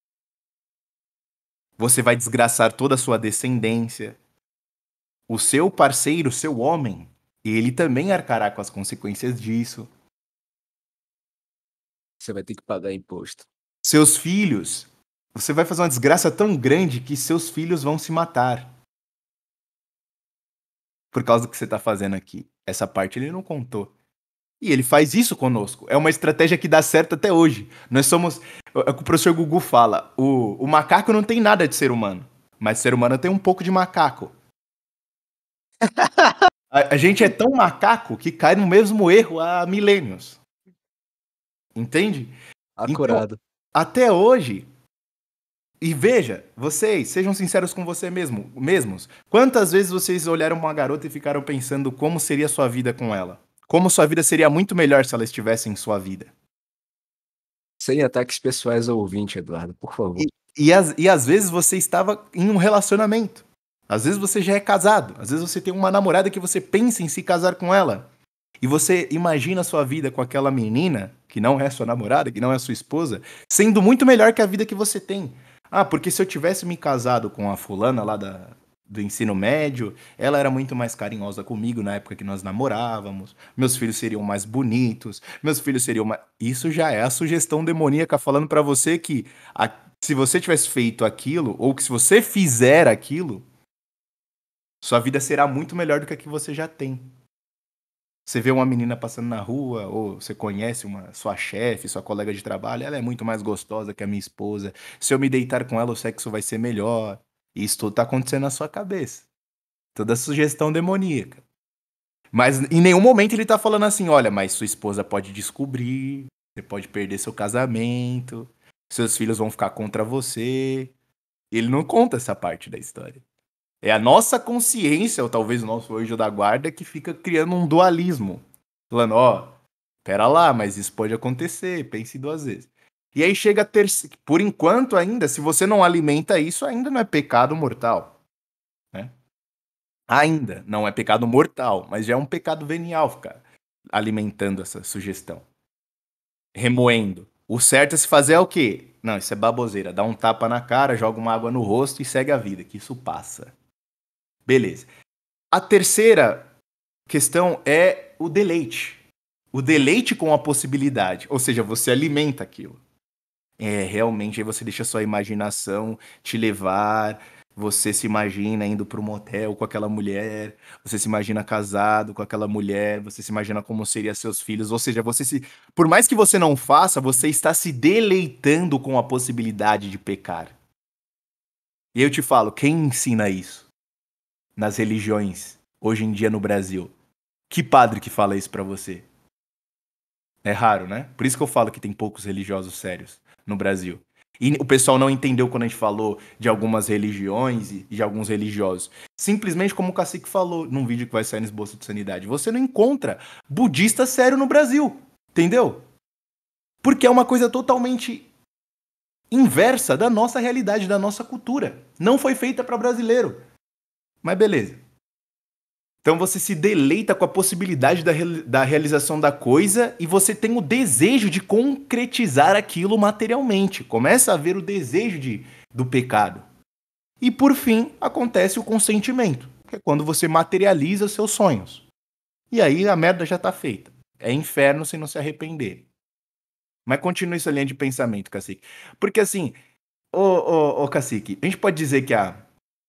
você vai desgraçar toda a sua descendência. O seu parceiro, o seu homem, ele também arcará com as consequências disso. Você vai ter que pagar imposto. Seus filhos, você vai fazer uma desgraça tão grande que seus filhos vão se matar. Por causa do que você está fazendo aqui. Essa parte ele não contou. E ele faz isso conosco. É uma estratégia que dá certo até hoje. Nós somos... É o que o professor Gugu fala. O macaco não tem nada de ser humano. Mas ser humano tem um pouco de macaco. A gente é tão macaco que cai no mesmo erro há milênios. Entende? Acurado. Então, até hoje... E veja, vocês, sejam sinceros com você mesmos. Quantas vezes vocês olharam uma garota e ficaram pensando como seria a sua vida com ela? Como sua vida seria muito melhor se ela estivesse em sua vida? Sem ataques pessoais ao ouvinte, Eduardo, por favor. E às vezes você estava em um relacionamento. Às vezes você já é casado. Às vezes você tem uma namorada que você pensa em se casar com ela. E você imagina a sua vida com aquela menina, que não é sua namorada, que não é sua esposa, sendo muito melhor que a vida que você tem. Ah, porque se eu tivesse me casado com a fulana lá do ensino médio, ela era muito mais carinhosa comigo na época que nós namorávamos, meus filhos seriam mais bonitos, meus filhos seriam mais... Isso já é a sugestão demoníaca falando pra você que se você tivesse feito aquilo, ou que se você fizer aquilo, sua vida será muito melhor do que a que você já tem. Você vê uma menina passando na rua, ou você conhece sua chefe, sua colega de trabalho, ela é muito mais gostosa que a minha esposa. Se eu me deitar com ela, o sexo vai ser melhor. Isso tudo tá acontecendo na sua cabeça. Toda sugestão demoníaca. Mas em nenhum momento ele tá falando assim, olha, mas sua esposa pode descobrir, você pode perder seu casamento, seus filhos vão ficar contra você. Ele não conta essa parte da história. É a nossa consciência, ou talvez o nosso anjo da guarda, que fica criando um dualismo. Falando, ó, pera lá, mas isso pode acontecer, pense duas vezes. E aí chega a terceira. Por enquanto ainda, se você não alimenta isso, ainda não é pecado mortal. Né? Ainda não é pecado mortal, mas já é um pecado venial ficar alimentando essa sugestão. Remoendo. O certo é se fazer é o quê? Não, isso é baboseira. Dá um tapa na cara, joga uma água no rosto e segue a vida, que isso passa. Beleza. A terceira questão é o deleite. O deleite com a possibilidade. Ou seja, você alimenta aquilo. Realmente, aí você deixa a sua imaginação te levar. Você se imagina indo para um motel com aquela mulher. Você se imagina casado com aquela mulher. Você se imagina como seriam seus filhos. Ou seja, por mais que você não faça, você está se deleitando com a possibilidade de pecar. E eu te falo, quem ensina isso? Nas religiões, hoje em dia no Brasil. Que padre que fala isso pra você? É raro, né? Por isso que eu falo que tem poucos religiosos sérios no Brasil. E o pessoal não entendeu quando a gente falou de algumas religiões e de alguns religiosos. Simplesmente como o Cacique falou num vídeo que vai sair no Esboço de Sanidade. Você não encontra budista sério no Brasil. Entendeu? Porque é uma coisa totalmente inversa da nossa realidade, da nossa cultura. Não foi feita pra brasileiro. Mas beleza. Então você se deleita com a possibilidade da realização da coisa e você tem o desejo de concretizar aquilo materialmente. Começa a ver o desejo do pecado. E por fim, acontece o consentimento, que é quando você materializa seus sonhos. E aí a merda já tá feita. É inferno se não se arrepender. Mas continue essa linha de pensamento, Cacique. Porque assim, ô Cacique, a gente pode dizer que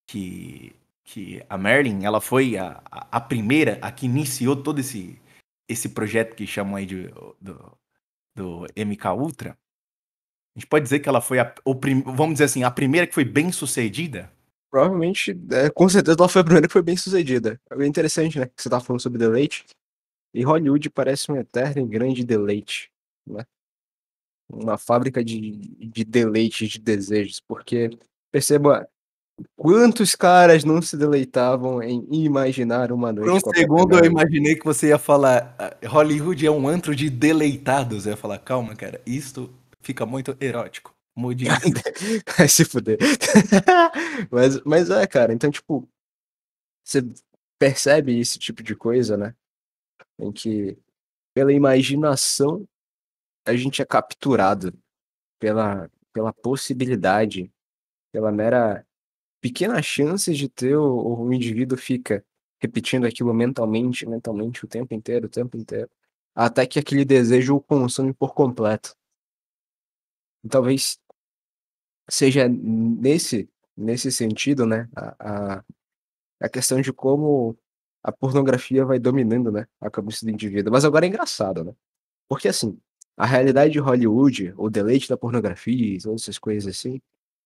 que a Marilyn, ela foi a primeira a que iniciou todo esse projeto que chamam aí do MK Ultra. A gente pode dizer que ela foi vamos dizer assim, a primeira que foi bem sucedida? Provavelmente, com certeza ela foi a primeira que foi bem sucedida. É interessante, né? Que você tava falando sobre deleite. E Hollywood parece um eterno e grande deleite, né? Uma fábrica de deleites, de desejos. Porque, perceba, quantos caras não se deleitavam em imaginar uma Por um noite com a própria segundo eu Marilyn? imaginei que você ia falar, Hollywood é um antro de deleitados. Eu ia falar, calma, cara, isto fica muito erótico. Mude isso. Vai se fuder. Mas cara, então, tipo, você percebe esse tipo de coisa, né? Em que, pela imaginação, a gente é capturado pela possibilidade, pela mera pequena chance de ter o indivíduo fica repetindo aquilo mentalmente o tempo inteiro, até que aquele desejo o consome por completo. E talvez seja nesse sentido, né, a questão de como a pornografia vai dominando, né, a cabeça do indivíduo. Mas agora é engraçado, né? Porque assim, a realidade de Hollywood, o deleite da pornografia e todas essas coisas assim,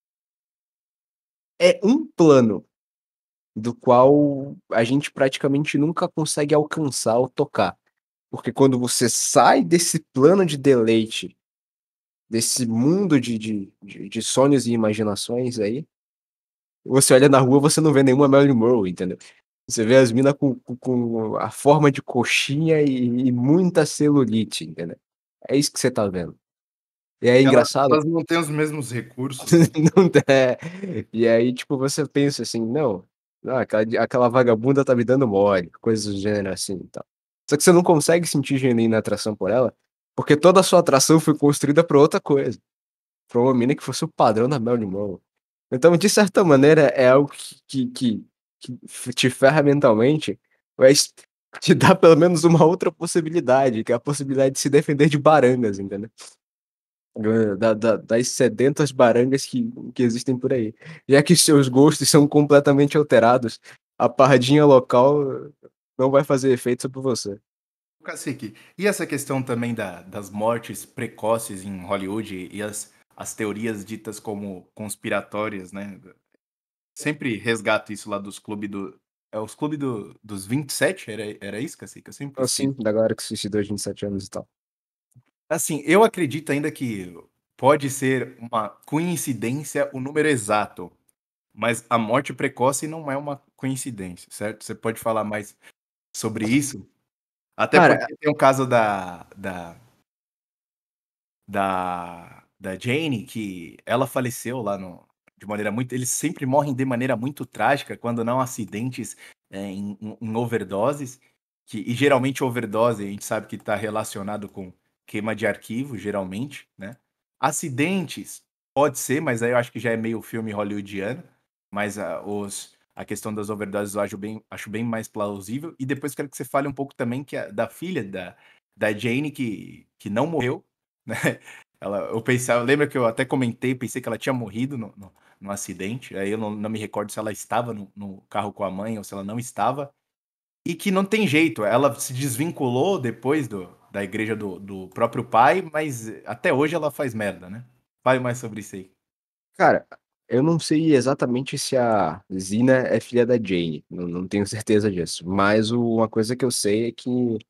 é um plano do qual a gente praticamente nunca consegue alcançar ou tocar. Porque quando você sai desse plano de deleite, desse mundo de sonhos e imaginações aí, você olha na rua, você não vê nenhuma Marilyn Monroe, entendeu? Você vê as minas com a forma de coxinha e muita celulite, entendeu? É isso que você tá vendo. E é engraçado. Elas não têm os mesmos recursos, né? Não é. E aí, tipo, você pensa assim, não, aquela vagabunda tá me dando mole, coisas do gênero assim e tal. Só que você não consegue sentir genuína atração por ela, porque toda a sua atração foi construída pra outra coisa, pra uma mina que fosse o padrão da Marilyn Monroe. Então, de certa maneira, é algo que te ferra mentalmente, mas te dá pelo menos uma outra possibilidade, que é a possibilidade de se defender de barangas, entendeu? Das sedentas barangas que existem por aí. Já que seus gostos são completamente alterados, a pardinha local não vai fazer efeito sobre você. Cacique, e essa questão também das mortes precoces em Hollywood e as teorias ditas como conspiratórias, né? Sempre resgato isso lá dos clubes os clubes dos 27, era isso, Cacique? Eu sempre Assim, esqueço. da galera que se suicidou de 27 anos e tal. Assim, eu acredito ainda que pode ser uma coincidência o número exato, mas a morte precoce não é uma coincidência, certo? Você pode falar mais sobre isso? Até Cara, porque tem o caso da Jane, que ela faleceu lá no de maneira muito eles sempre morrem de maneira muito trágica, quando não acidentes, em overdoses, e geralmente overdose a gente sabe que está relacionado com queima de arquivo, geralmente, né. Acidentes, pode ser, mas aí eu acho que já é meio filme hollywoodiano, mas a questão das overdoses eu acho bem mais plausível. E depois quero que você fale um pouco também da filha da Jane que não morreu, né. Eu pensava, lembra que eu até comentei, pensei que ela tinha morrido no acidente, aí eu não me recordo se ela estava no carro com a mãe ou se ela não estava, e que não tem jeito, ela se desvinculou depois da igreja do próprio pai, mas até hoje ela faz merda, né. Fale mais sobre isso aí. cara, eu não sei exatamente se a Zina é filha da Jane, não tenho certeza disso, mas uma coisa que eu sei é que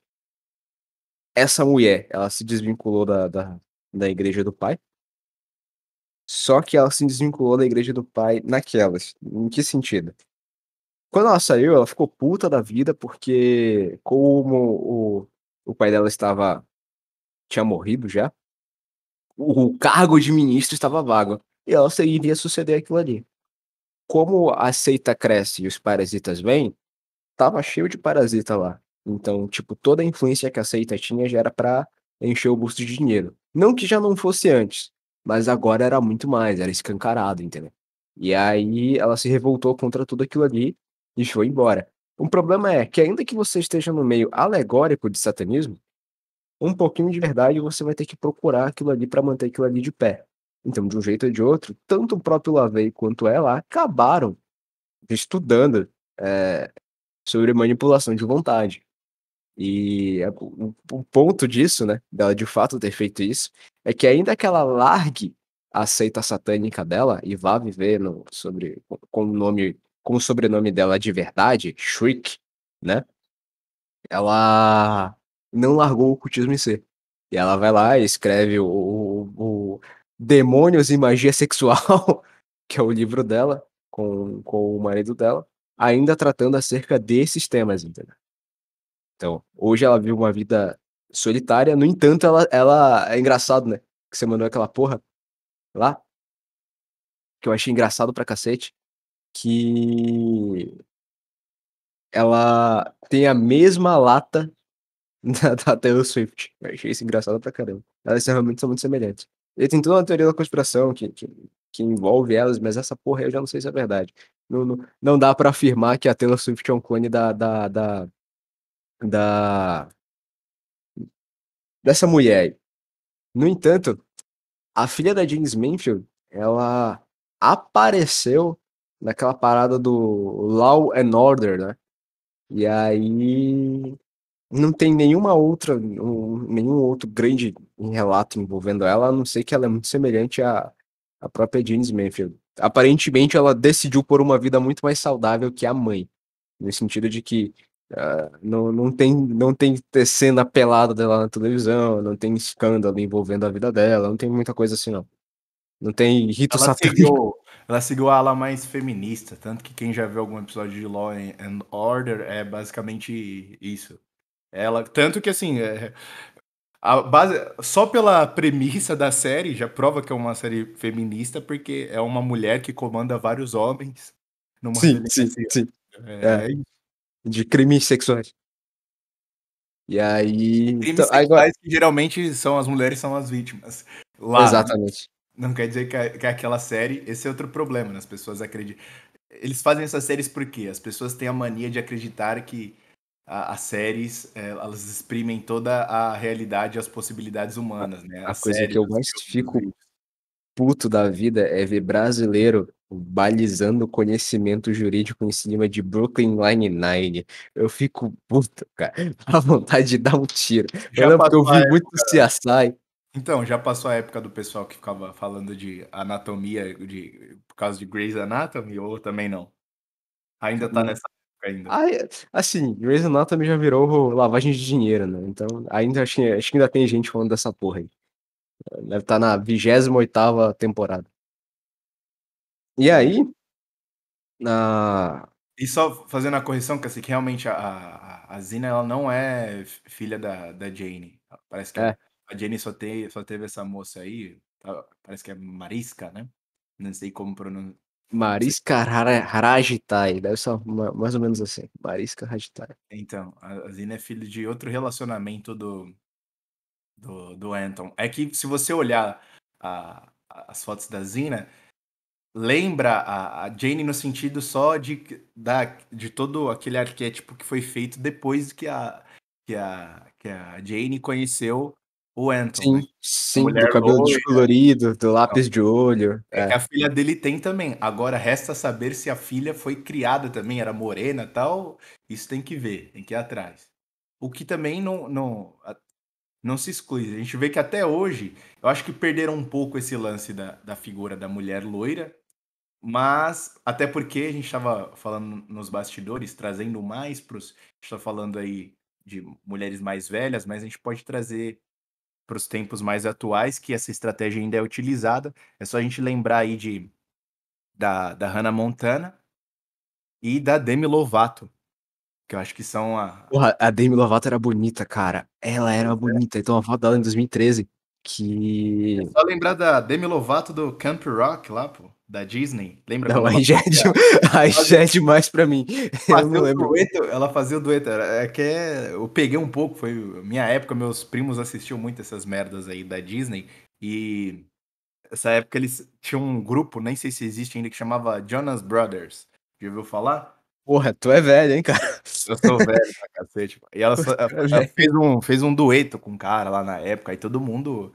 essa mulher, ela se desvinculou da igreja do pai. Só que ela se desvinculou da igreja do pai naquelas. Em que sentido? Quando ela saiu, ela ficou puta da vida, porque como o pai dela tinha morrido já, o cargo de ministro estava vago. E ela iria suceder aquilo ali. Como a seita cresce e os parasitas vêm, tava cheio de parasita lá. Então, tipo, toda a influência que a seita tinha já era pra encher o busto de dinheiro. Não que já não fosse antes, mas agora era muito mais, era escancarado, entendeu? E aí ela se revoltou contra tudo aquilo ali e foi embora. O problema é que ainda que você esteja no meio alegórico de satanismo, um pouquinho de verdade você vai ter que procurar aquilo ali pra manter aquilo ali de pé. Então, de um jeito ou de outro, tanto o próprio LaVey quanto ela acabaram estudando sobre manipulação de vontade. E o ponto disso, né, dela de fato ter feito isso, é que ainda que ela largue a seita satânica dela e vá viver com o sobrenome dela de verdade, Shriek, né, ela não largou o ocultismo em si. E ela vai lá e escreve o Demônios e Magia Sexual, que é o livro dela, com o marido dela, ainda tratando acerca desses temas, entendeu? Então, hoje ela vive uma vida solitária, no entanto, ela é engraçado, né? Que você mandou aquela porra lá, que eu achei engraçado pra cacete, que ela tem a mesma lata da Taylor Swift. Eu achei isso engraçado pra caramba. Elas realmente são muito semelhantes. E tem toda uma teoria da conspiração que envolve elas, mas essa porra eu já não sei se é verdade. Não dá pra afirmar que a Taylor Swift é um clone da dessa mulher aí. No entanto, a filha da James Mansfield, ela apareceu naquela parada do Law and Order, né? E aí não tem nenhum outro grande relato envolvendo ela, a não ser que ela é muito semelhante à própria James Mansfield. Aparentemente, ela decidiu por uma vida muito mais saudável que a mãe, no sentido de que não tem cena pelada dela na televisão, não tem escândalo envolvendo a vida dela, não tem muita coisa assim, não. Não tem rito Ela satânico. seguiu, ela seguiu a ala mais feminista, tanto que quem já viu algum episódio de Law and Order é basicamente isso. Ela, tanto que assim, a base, só pela premissa da série já prova que é uma série feminista, porque é uma mulher que comanda vários homens numa Sim, sim, delegacia. sim. É, É, de crimes sexuais. E aí. crimes Agora. sexuais que geralmente são as mulheres são as vítimas. Lá, né? Exatamente. Não quer dizer que aquela série. Esse é outro problema, né? As pessoas acreditam. Eles fazem essas séries porque as pessoas têm a mania de acreditar que as séries elas exprimem toda a realidade e as possibilidades humanas, né? A As coisa que séries, eu os mais filmes, os fico vídeos. puto da vida é ver brasileiro balizando conhecimento jurídico em cima de Brooklyn Nine-Nine. Eu fico puto, cara. A vontade de dar um tiro. Eu Já lembro que eu passou a vi muito época. CSI. Então, já passou a época do pessoal que ficava falando de anatomia por causa de Grey's Anatomy ou também não? Ainda tá nessa época ainda. Ai, assim, Grey's Anatomy já virou lavagem de dinheiro, né? Então, ainda acho que ainda tem gente falando dessa porra aí. Deve estar na 28ª temporada. E É. aí, na E só fazendo a correção, que assim, que realmente a Zina ela não é filha da Jane. Parece que é, a Jane só teve essa moça aí, parece que é Mariska, né? Não sei como pronunciar. Mariska Harajtai, deve ser mais ou menos assim. Mariska Harajtai. Então, a Zina é filha de outro relacionamento do Anton. É que se você olhar as fotos da Zina, lembra a Jane no sentido só de todo aquele arquétipo que foi feito depois que a Jane conheceu o Anton, né? Sim, A sim, do mulher cabelo loira. descolorido, do Então, lápis de olho. é que a filha dele tem também. Agora resta saber se a filha foi criada também, era morena e tal. Isso tem que ver, tem que ir atrás. O que também não se exclui. A gente vê que até hoje, eu acho que perderam um pouco esse lance da figura da mulher loira, mas até porque a gente estava falando nos bastidores, trazendo mais para os. A gente está falando aí de mulheres mais velhas, mas a gente pode trazer para os tempos mais atuais que essa estratégia ainda é utilizada. É só a gente lembrar aí da Hannah Montana e da Demi Lovato, que eu acho que são Porra, a Demi Lovato era bonita, cara. Ela era bonita. Então a foto dela em 2013, É que só lembrar da Demi Lovato do Camp Rock lá, pô, da Disney. Lembra não, quando ela aí fazia já é demais pra mim. Eu não fazia o lembro. dueto? Ela fazia o dueto. Eu peguei um pouco, foi minha época, meus primos assistiam muito essas merdas aí da Disney. E essa época eles tinham um grupo, nem sei se existe ainda, que chamava Jonas Brothers. Já ouviu falar? Porra, tu é velho, hein, cara. Eu sou velho pra cacete. Pô. E ela, Tu é ela velho. fez um dueto com um cara lá na época, aí todo mundo.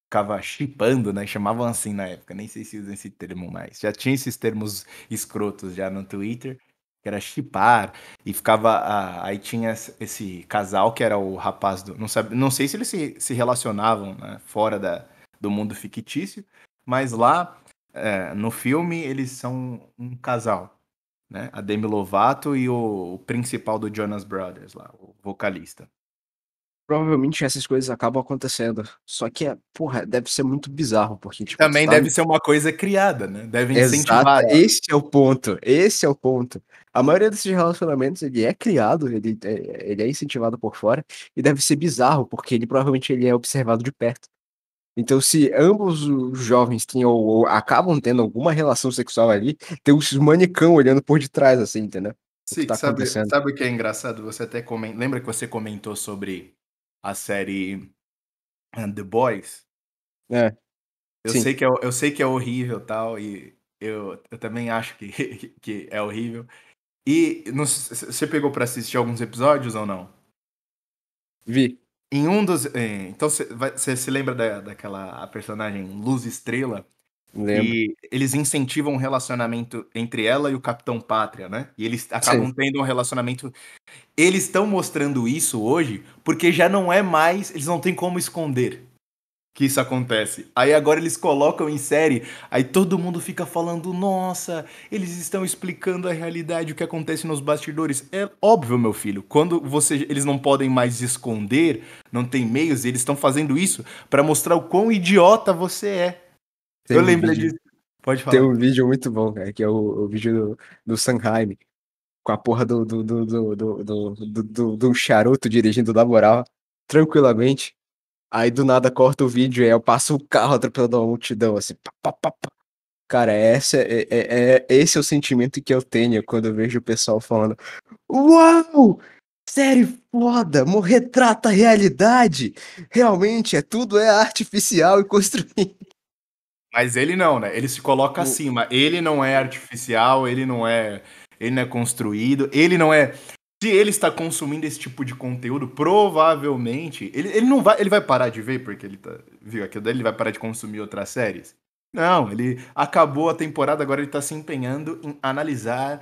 ficava shippando, né? Chamavam assim na época, nem sei se usam esse termo mais. Já tinha esses termos escrotos já no Twitter, que era shippar, e ficava. Aí tinha esse casal que era o rapaz do. Não sei se eles se relacionavam, né, fora do mundo fictício, mas lá no filme eles são um casal, né? A Demi Lovato e o principal do Jonas Brothers lá, o vocalista. Provavelmente essas coisas acabam acontecendo. Só que, porra, deve ser muito bizarro, porque, E tipo, tu também tá. deve ser uma coisa criada, né? Deve Exato, incentivar ela. esse é o ponto, esse é o ponto. A maioria desses relacionamentos, ele é criado, ele é incentivado por fora, e deve ser bizarro, porque provavelmente ele é observado de perto. Então, se ambos os jovens têm ou acabam tendo alguma relação sexual ali, tem uns manicão olhando por detrás, assim, entendeu? O que Sim, tá acontecendo. sabe o que é engraçado? Você até lembra que você comentou sobre a série The Boys? É, sim, Eu sei que é horrível tal, e eu também acho que, que é horrível. E você pegou pra assistir alguns episódios ou não? vi, Em um dos. Então você se lembra daquela a personagem Luz Estrela? lembro. Que eles incentivam um relacionamento entre ela e o Capitão Pátria, né? E eles Sim, acabam tendo um relacionamento. Eles estão mostrando isso hoje porque já não é mais. Eles não têm como esconder que isso acontece. Aí agora eles colocam em série, aí todo mundo fica falando: nossa, eles estão explicando a realidade, o que acontece nos bastidores. É óbvio, meu filho, quando eles não podem mais esconder, não tem meios, eles estão fazendo isso pra mostrar o quão idiota você é. tem Eu um lembrei vídeo, disso. Pode tem falar. um vídeo muito bom, cara, que é o vídeo do Sanheim, com a porra do charuto dirigindo na moral, tranquilamente. Aí do nada corta o vídeo e aí eu passo o carro atropelando uma multidão, assim. Pá, pá, pá, pá. Cara, esse é o sentimento que eu tenho quando eu vejo o pessoal falando: Uau! Série foda! Retrata a realidade! Realmente, tudo é artificial e construído. Mas ele não, né? Ele se coloca acima. Ele não é artificial, ele não é construído, ele não é. Se ele está consumindo esse tipo de conteúdo, provavelmente ele não vai, ele vai parar de ver porque ele viu aquilo dele, ele vai parar de consumir outras séries. Não, ele acabou a temporada, agora ele tá se empenhando em analisar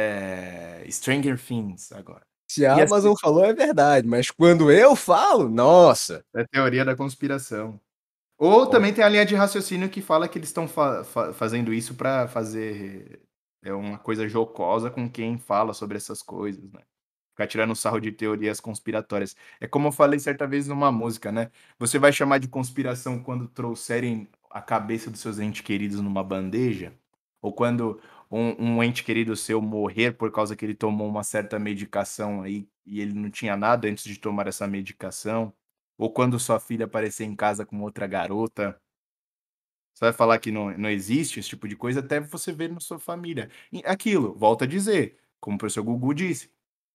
Stranger Things agora. Se a E assim, Amazon falou, é verdade, mas quando eu falo, nossa! é teoria da conspiração. Ou também tem a linha de raciocínio que fala que eles estão fazendo isso para fazer uma coisa jocosa com quem fala sobre essas coisas, né? Ficar tirando sarro de teorias conspiratórias. É como eu falei certa vez numa música, né? Você vai chamar de conspiração quando trouxerem a cabeça dos seus entes queridos numa bandeja? Ou quando um ente querido seu morrer por causa que ele tomou uma certa medicação aí e ele não tinha nada antes de tomar essa medicação? Ou quando sua filha aparecer em casa com outra garota, você vai falar que não existe esse tipo de coisa até você ver na sua família. E aquilo, volto a dizer, como o professor Gugu disse,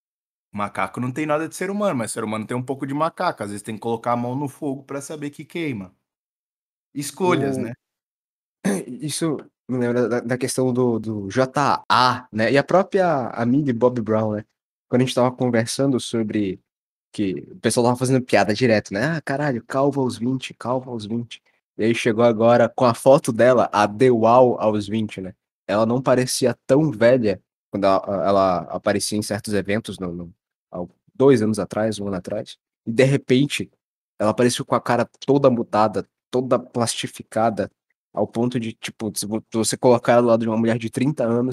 macaco não tem nada de ser humano, mas ser humano tem um pouco de macaco. Às vezes tem que colocar a mão no fogo para saber que queima. Escolhas, O, né? isso me lembra da questão do JA, né? E a própria a Millie Bobby Brown, né? Quando a gente tava conversando sobre que o pessoal tava fazendo piada direto, né? Ah, caralho, calva aos 20, calva aos 20. E aí chegou agora com a foto dela, a The Wall aos 20, né? Ela não parecia tão velha quando ela aparecia em certos eventos, há 2 anos atrás, 1 ano atrás. E de repente, ela apareceu com a cara toda mudada, toda plastificada, ao ponto de, tipo, se você colocar ela do lado de uma mulher de 30 anos,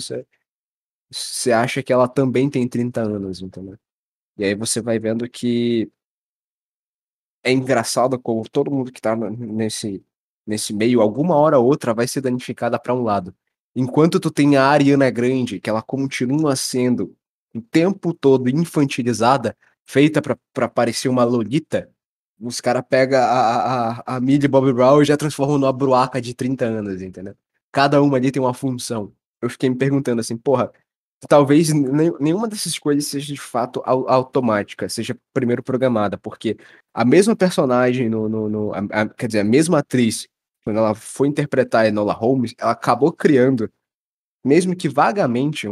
você acha que ela também tem 30 anos, entendeu? E aí você vai vendo que é engraçado como todo mundo que tá nesse meio, alguma hora ou outra vai ser danificada pra um lado. Enquanto tu tem a Ariana Grande, que ela continua sendo o tempo todo infantilizada, feita pra parecer uma lolita, os cara pega a Millie Bobby Brown e já transformam numa bruaca de 30 anos, entendeu? Cada uma ali tem uma função. Eu fiquei me perguntando assim, porra, talvez nenhuma dessas coisas seja de fato automática, seja primeiro programada, porque a mesma personagem quer dizer, a mesma atriz, quando ela foi interpretar a Enola Holmes, ela acabou criando, mesmo que vagamente,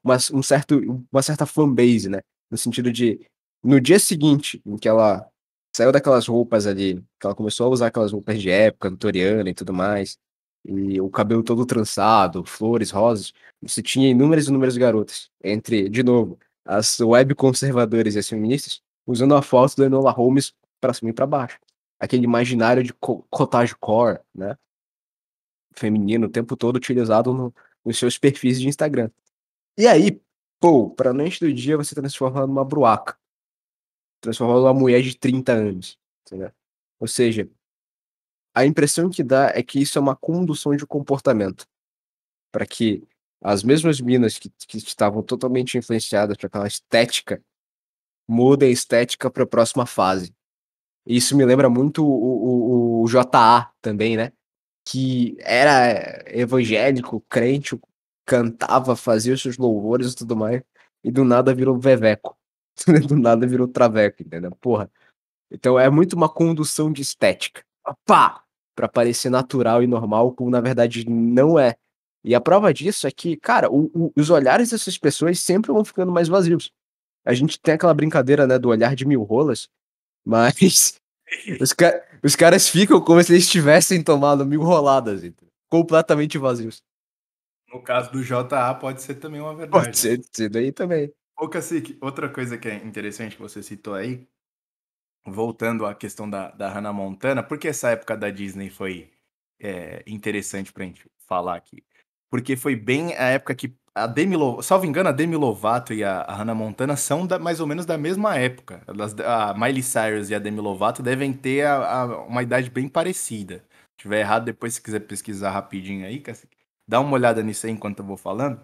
uma certa fanbase, né? No sentido de, no dia seguinte em que ela saiu daquelas roupas ali, que ela começou a usar aquelas roupas de época, vitoriana e tudo mais, e o cabelo todo trançado, flores, rosas, você tinha inúmeras e inúmeras garotas, entre, de novo, as web conservadoras e as feministas, usando a foto da Enola Holmes pra cima e pra baixo. Aquele imaginário de cottagecore, né? Feminino, o tempo todo utilizado nos seus perfis de Instagram. E aí, pô, pra noite do dia você transforma numa bruaca, transforma numa mulher de 30 anos, entendeu? Ou seja, a impressão que dá é que isso é uma condução de comportamento, para que as mesmas minas que estavam totalmente influenciadas por aquela estética mudem a estética para a próxima fase. Isso me lembra muito o JA também, né? Que era evangélico, crente, cantava, fazia os seus louvores e tudo mais, e do nada virou veveco. Do nada virou traveco, entendeu? Porra. Então é muito uma condução de estética. Pá! Pra parecer natural e normal, como na verdade não é. E a prova disso é que, cara, os olhares dessas pessoas sempre vão ficando mais vazios. A gente tem aquela brincadeira, né, do olhar de 1000 rolas, mas os caras ficam como se eles tivessem tomado 1000 roladas, entendeu? Completamente vazios. No caso do JA, pode ser também uma Pode verdade. ser daí também. Ô, Cacique, outra coisa que é interessante que você citou aí, voltando à questão da Hannah Montana, por que essa época da Disney foi interessante pra gente falar aqui? Porque foi bem a época que a salvo engano, a Demi Lovato e a Hannah Montana são mais ou menos da mesma época. A Miley Cyrus e a Demi Lovato devem ter uma idade bem parecida. Se tiver errado, depois se quiser pesquisar rapidinho aí, Cacique, dá uma olhada nisso aí enquanto eu vou falando.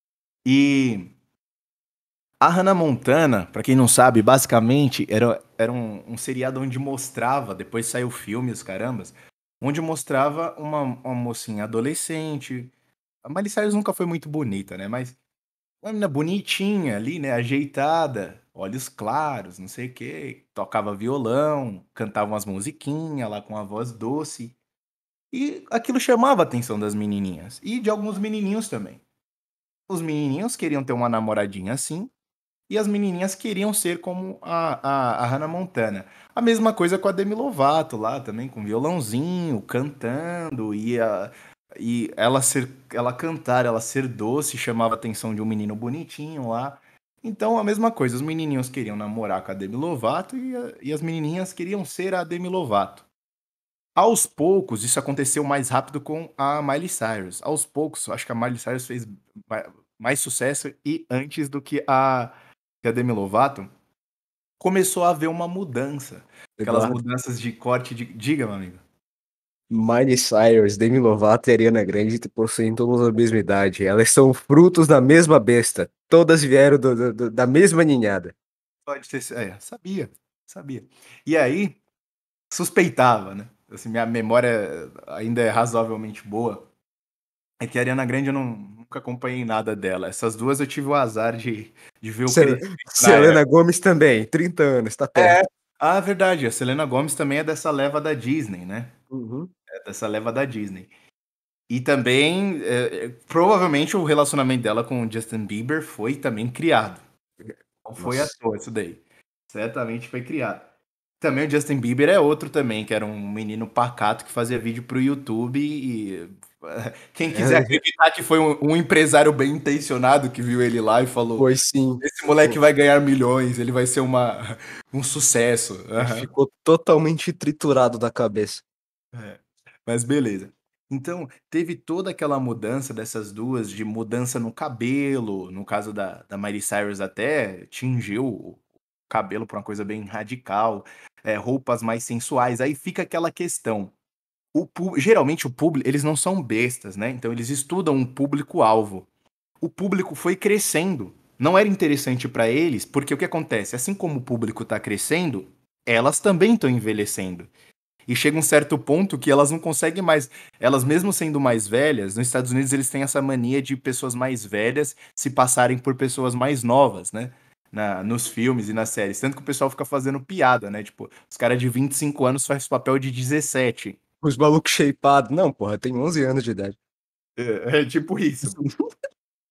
E a Hannah Montana, pra quem não sabe, basicamente era um seriado onde mostrava, depois saiu o filme, os carambas, onde mostrava uma mocinha adolescente. A Miley Cyrus nunca foi muito bonita, né? Mas uma menina bonitinha ali, né? Ajeitada, olhos claros, não sei o quê. Tocava violão, cantava umas musiquinhas lá com a voz doce. E aquilo chamava a atenção das menininhas. E de alguns menininhos também. Os menininhos queriam ter uma namoradinha assim. E as menininhas queriam ser como a Hannah Montana. A mesma coisa com a Demi Lovato lá também, com violãozinho, cantando, e ela cantar, ela ser doce, chamava a atenção de um menino bonitinho lá. Então, a mesma coisa, os menininhos queriam namorar com a Demi Lovato e as menininhas queriam ser a Demi Lovato. Aos poucos, isso aconteceu mais rápido com a Miley Cyrus. Aos poucos, acho que a Miley Cyrus fez mais sucesso e antes do que a Demi Lovato, começou a haver uma mudança. Aquelas Eduardo. mudanças de corte de. Diga, meu amigo. Miley Cyrus, Demi Lovato e Ariana Grande possuem todas a mesma idade. Elas são frutos da mesma besta. Todas vieram da mesma ninhada. Pode ter. Sabia. Sabia. E aí, suspeitava, né? Assim, minha memória ainda é razoavelmente boa. É que a Ariana Grande eu nunca acompanhei nada dela. Essas duas eu tive o azar de ver o crescimento na Selena época. Gomez também, 30 anos, tá É. perto. Ah, verdade. A Selena Gomez também é dessa leva da Disney, né? Uhum. É dessa leva da Disney. E também, provavelmente, o relacionamento dela com o Justin Bieber foi também criado. Não foi à Nossa. toa isso daí. Certamente foi criado. Também o Justin Bieber é outro também, que era um menino pacato que fazia vídeo pro YouTube e quem quiser É, acreditar que foi um empresário bem intencionado que viu ele lá e falou: foi sim. esse moleque vai ganhar milhões, ele vai ser um sucesso. Aham. Ficou totalmente triturado da cabeça. É, mas beleza. Então, teve toda aquela mudança dessas duas, de mudança no cabelo, no caso da Miley Cyrus até tingiu o cabelo pra uma coisa bem radical, roupas mais sensuais, aí fica aquela questão, geralmente o público eles não são bestas, né, então eles estudam um público-alvo. O público foi crescendo, não era interessante pra eles, porque o que acontece, assim como o público tá crescendo, elas também estão envelhecendo. E chega um certo ponto que elas não conseguem mais. Elas, mesmo sendo mais velhas, nos Estados Unidos eles têm essa mania de pessoas mais velhas se passarem por pessoas mais novas, né? Nos filmes e nas séries. Tanto que o pessoal fica fazendo piada, né? Tipo, os caras de 25 anos fazem papel de 17. Os malucos shapeados. Não, porra, tem 11 anos de idade. É tipo isso.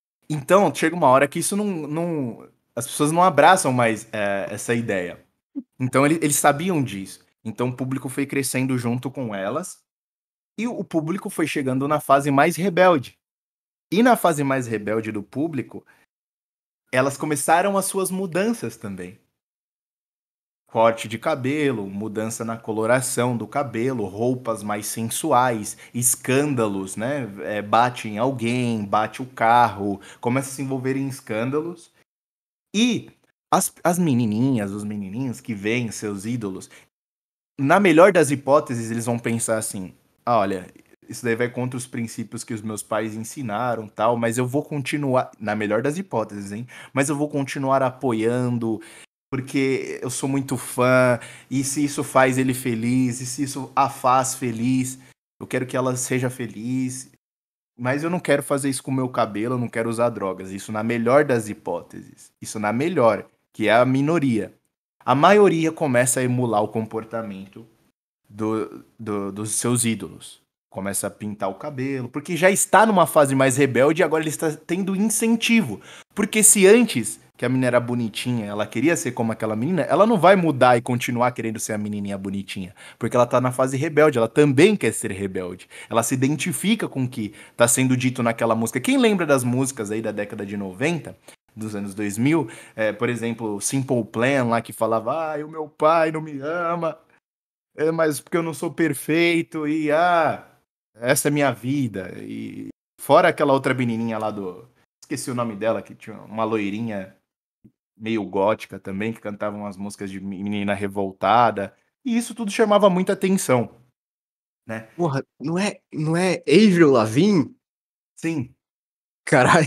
Então, chega uma hora que isso as pessoas não abraçam mais essa ideia. Então eles sabiam disso. Então o público foi crescendo junto com elas e o público foi chegando na fase mais rebelde. E na fase mais rebelde do público, elas começaram as suas mudanças também. Corte de cabelo, mudança na coloração do cabelo, roupas mais sensuais, escândalos, né? Bate em alguém, bate o carro, começa a se envolver em escândalos. E as menininhas, os menininhos que veem seus ídolos, na melhor das hipóteses, eles vão pensar assim: "Ah, olha, isso daí vai contra os princípios que os meus pais ensinaram, tal, mas eu vou continuar", na melhor das hipóteses, hein? "Mas eu vou continuar apoiando, porque eu sou muito fã, e se isso faz ele feliz, e se isso a faz feliz, eu quero que ela seja feliz, mas eu não quero fazer isso com o meu cabelo, eu não quero usar drogas". Isso na melhor das hipóteses. Isso na melhor, que é a minoria. A maioria começa a emular o comportamento dos seus ídolos. Começa a pintar o cabelo, porque já está numa fase mais rebelde e agora ele está tendo incentivo. Porque se antes, que a menina era bonitinha, ela queria ser como aquela menina, ela não vai mudar e continuar querendo ser a menininha bonitinha. Porque ela está na fase rebelde, ela também quer ser rebelde. Ela se identifica com o que está sendo dito naquela música. Quem lembra das músicas aí da década de 90, dos anos 2000, por exemplo, Simple Plan, lá que falava: "Ah, o meu pai não me ama, mas porque eu não sou perfeito, e essa é minha vida". E fora aquela outra menininha lá do... Esqueci o nome dela, que tinha uma loirinha meio gótica também, que cantava umas músicas de menina revoltada. E isso tudo chamava muita atenção, né? Porra, não é Avril Lavigne? Sim, Caralho.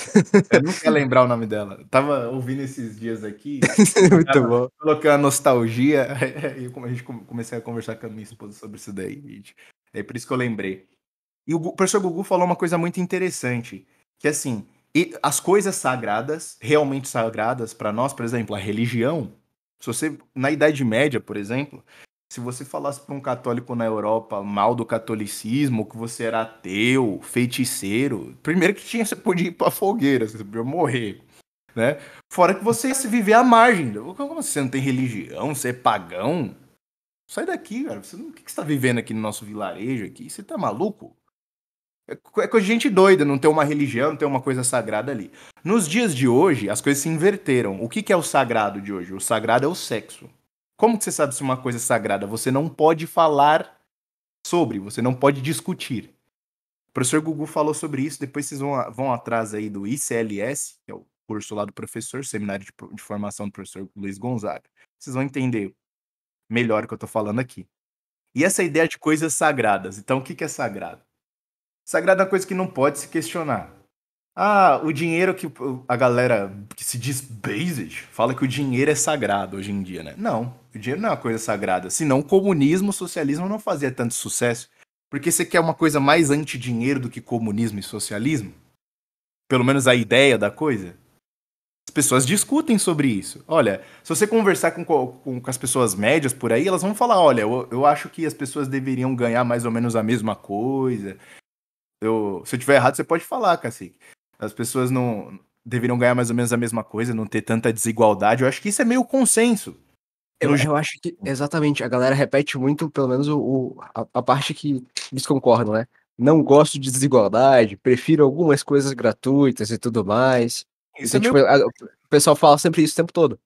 eu não quero lembrar o nome dela. Eu tava ouvindo esses dias aqui, Muito bom. coloquei a nostalgia, e como a gente comecei a conversar com a minha esposa sobre isso daí, gente. É por isso que eu lembrei. E o professor Gugu falou uma coisa muito interessante, que assim, as coisas sagradas, realmente sagradas para nós, por exemplo, a religião, se você, na Idade Média, por exemplo, se você falasse para um católico na Europa mal do catolicismo, que você era ateu, feiticeiro, primeiro que tinha, você podia ir pra fogueira, você podia morrer, né? Fora que você ia se viver à margem. Como você não tem religião, você é pagão? Sai daqui, cara. O que você tá vivendo aqui no nosso vilarejo aqui? Você tá maluco? É coisa de gente doida, não ter uma religião, não ter uma coisa sagrada ali. Nos dias de hoje, as coisas se inverteram. O que é o sagrado de hoje? O sagrado é o sexo. Como que você sabe se uma coisa é sagrada? Você não pode falar sobre, você não pode discutir. O professor Gugu falou sobre isso, depois vocês vão atrás aí do ICLS, que é o curso lá do professor, Seminário de Formação do Professor Luiz Gonzaga. Vocês vão entender melhor o que eu tô falando aqui. E essa ideia de coisas sagradas. Então, o que é sagrado? Sagrado é uma coisa que não pode se questionar. Ah, o dinheiro que a galera que se diz basic fala que o dinheiro é sagrado hoje em dia, né? Não, o dinheiro não é uma coisa sagrada. Senão o comunismo, o socialismo não fazia tanto sucesso. Porque você quer uma coisa mais anti-dinheiro do que comunismo e socialismo? Pelo menos a ideia da coisa? As pessoas discutem sobre isso. Olha, se você conversar com as pessoas médias por aí, elas vão falar: olha, eu acho que as pessoas deveriam ganhar mais ou menos a mesma coisa. Se eu tiver errado, você pode falar, cacique. As pessoas não deveriam ganhar mais ou menos a mesma coisa, não ter tanta desigualdade. Eu acho que isso é meio consenso. Eu acho que, exatamente, a galera repete muito, pelo menos a parte que eles concordam, né? Não gosto de desigualdade, prefiro algumas coisas gratuitas e tudo mais. Isso Então, é meio... tipo, o pessoal fala sempre isso o tempo todo.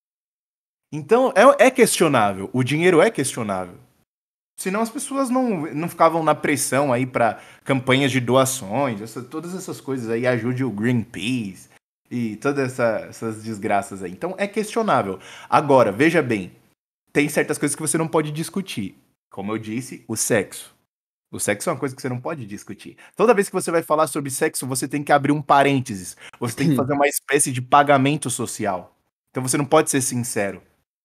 Então, é questionável. O dinheiro é questionável. Senão as pessoas não ficavam na pressão aí para campanhas de doações, todas essas coisas aí, ajude o Greenpeace e todas essas desgraças aí. Então é questionável. Agora, veja bem, tem certas coisas que você não pode discutir. Como eu disse, o sexo. O sexo é uma coisa que você não pode discutir. Toda vez que você vai falar sobre sexo, você tem que abrir um parênteses. Você tem que fazer uma espécie de pagamento social. Então você não pode ser sincero.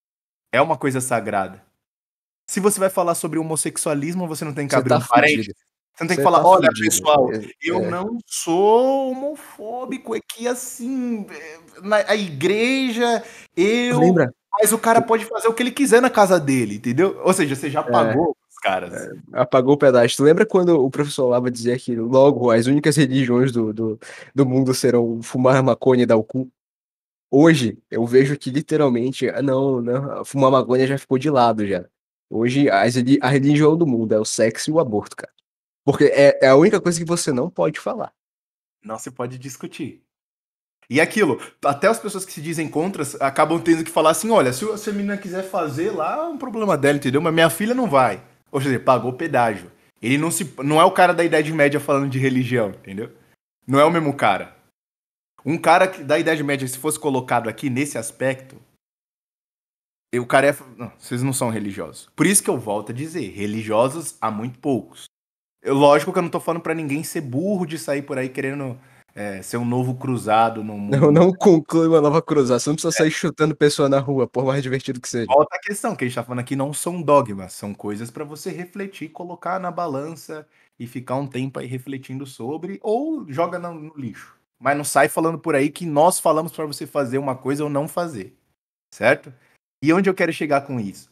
É uma coisa sagrada. Se você vai falar sobre homossexualismo, você não tem que Você abrir tá um parênteses. fudido. Você não tem que Você falar: tá olha, fudido. pessoal, eu É. não sou homofóbico, é que assim, a igreja, Lembra? mas o cara pode fazer o que ele quiser na casa dele, entendeu? Ou seja, você já É, pagou os caras. apagou o pedaço. Tu lembra quando o professor Lava dizia que logo as únicas religiões do mundo serão fumar maconha e dar o cu? Hoje, eu vejo que literalmente, não, fumar maconha já ficou de lado já. Hoje, a religião do mundo é o sexo e o aborto, cara. Porque é a única coisa que você não pode falar. Não se pode discutir. E aquilo, até as pessoas que se dizem contra acabam tendo que falar assim, olha, se a menina quiser fazer lá, é um problema dela, entendeu? Mas minha filha não vai. Ou seja, pagou pedágio. Ele não é o cara da Idade Média falando de religião, entendeu? Não é o mesmo cara. Um cara da Idade Média, se fosse colocado aqui nesse aspecto, o cara é... Não, vocês não são religiosos. Por isso que eu volto a dizer, religiosos há muito poucos. Lógico que eu não tô falando pra ninguém ser burro de sair por aí querendo ser um novo cruzado no mundo. Não conclui uma nova cruzada. Você não precisa sair chutando pessoa na rua, por mais divertido que seja. Volta a questão, que a gente tá falando aqui não são dogmas, são coisas pra você refletir, colocar na balança e ficar um tempo aí refletindo sobre, ou joga no lixo. Mas não sai falando por aí que nós falamos pra você fazer uma coisa ou não fazer, certo? E onde eu quero chegar com isso?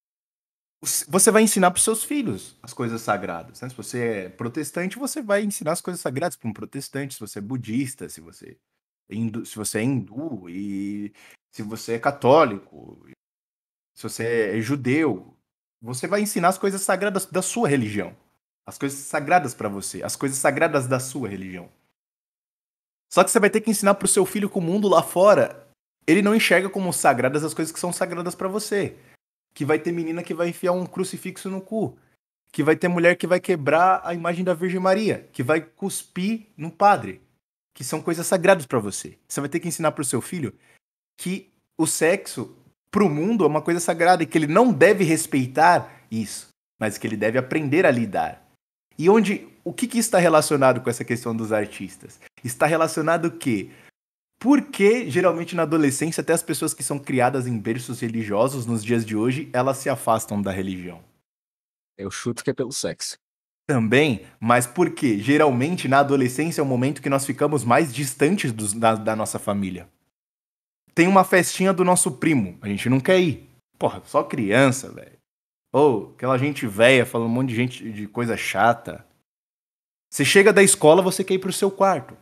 Você vai ensinar para os seus filhos as coisas sagradas, né? Se você é protestante, você vai ensinar as coisas sagradas para um protestante. Se você é budista, se você é hindu e se você é católico, se você é judeu, você vai ensinar as coisas sagradas da sua religião. As coisas sagradas para você, as coisas sagradas da sua religião. Só que você vai ter que ensinar para o seu filho que o mundo lá fora, ele não enxerga como sagradas as coisas que são sagradas para você. Que vai ter menina que vai enfiar um crucifixo no cu. Que vai ter mulher que vai quebrar a imagem da Virgem Maria. Que vai cuspir no padre. Que são coisas sagradas pra você. Você vai ter que ensinar pro seu filho que o sexo pro mundo é uma coisa sagrada e que ele não deve respeitar isso, mas que ele deve aprender a lidar. E o que está relacionado com essa questão dos artistas? Está relacionado o quê? Porque, geralmente, na adolescência, até as pessoas que são criadas em berços religiosos, nos dias de hoje, elas se afastam da religião. Eu chuto que é pelo sexo. Também, mas por quê? Geralmente, na adolescência, é o momento que nós ficamos mais distantes da nossa família. Tem uma festinha do nosso primo, a gente não quer ir. Porra, só criança, velho. Ou aquela gente velha falando um monte de gente de coisa chata. Você chega da escola, você quer ir pro seu quarto.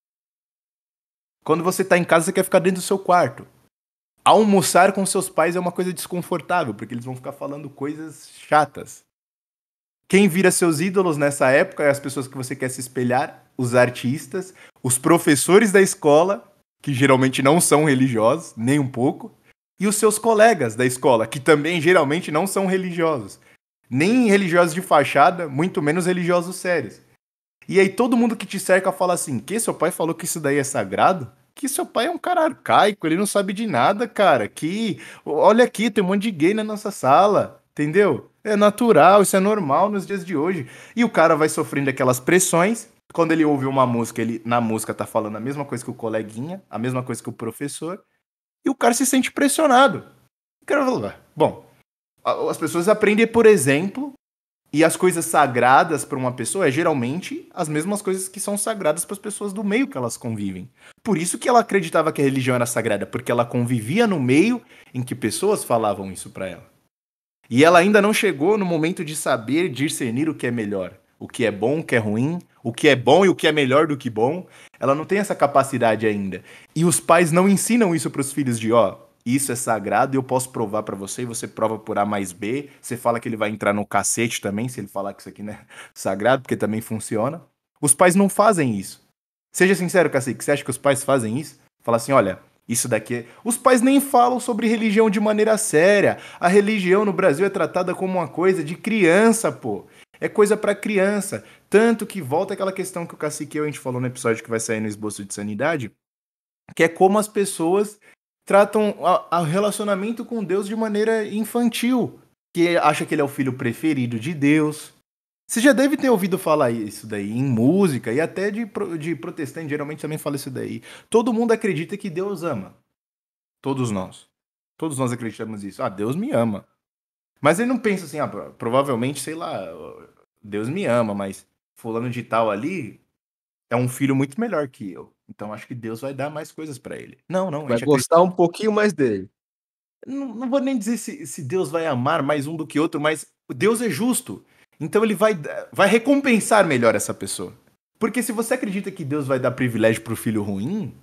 Quando você tá em casa, você quer ficar dentro do seu quarto. Almoçar com seus pais é uma coisa desconfortável, porque eles vão ficar falando coisas chatas. Quem vira seus ídolos nessa época é as pessoas que você quer se espelhar, os artistas, os professores da escola, que geralmente não são religiosos, nem um pouco, e os seus colegas da escola, que também geralmente não são religiosos. Nem religiosos de fachada, muito menos religiosos sérios. E aí todo mundo que te cerca fala assim, que seu pai falou que isso daí é sagrado? Que seu pai é um cara arcaico, ele não sabe de nada, cara. Que, olha aqui, tem um monte de gay na nossa sala, entendeu? É natural, isso é normal nos dias de hoje. E o cara vai sofrendo aquelas pressões. Quando ele ouve uma música, ele na música tá falando a mesma coisa que o coleguinha, a mesma coisa que o professor. E o cara se sente pressionado. O cara fala, bom, as pessoas aprendem por exemplo. E as coisas sagradas para uma pessoa é geralmente as mesmas coisas que são sagradas para as pessoas do meio que elas convivem. Por isso que ela acreditava que a religião era sagrada, porque ela convivia no meio em que pessoas falavam isso para ela. E ela ainda não chegou no momento de saber discernir o que é melhor, o que é bom, o que é ruim, o que é bom e o que é melhor do que bom. Ela não tem essa capacidade ainda. E os pais não ensinam isso para os filhos de, isso é sagrado e eu posso provar pra você, e você prova por A mais B, você fala que ele vai entrar no cacete também, se ele falar que isso aqui não é sagrado, porque também funciona. Os pais não fazem isso. Seja sincero, Cacique, você acha que os pais fazem isso? Fala assim, olha, isso daqui... Os pais nem falam sobre religião de maneira séria. A religião no Brasil é tratada como uma coisa de criança, pô. É coisa pra criança. Tanto que volta aquela questão que o Cacique e eu, a gente falou no episódio que vai sair no Esboço de Sanidade, que é como as pessoas tratam o relacionamento com Deus de maneira infantil, que acha que ele é o filho preferido de Deus. Você já deve ter ouvido falar isso daí em música e até de protestante, geralmente também fala isso daí. Todo mundo acredita que Deus ama. Todos nós. Todos nós acreditamos nisso. Deus me ama. Mas ele não pensa assim, provavelmente, sei lá, Deus me ama, mas fulano de tal ali é um filho muito melhor que eu. Então acho que Deus vai dar mais coisas pra ele. Não. Vai gostar um pouquinho mais dele. Não vou nem dizer se Deus vai amar mais um do que outro, mas Deus é justo. Então ele vai recompensar melhor essa pessoa. Porque se você acredita que Deus vai dar privilégio pro filho ruim,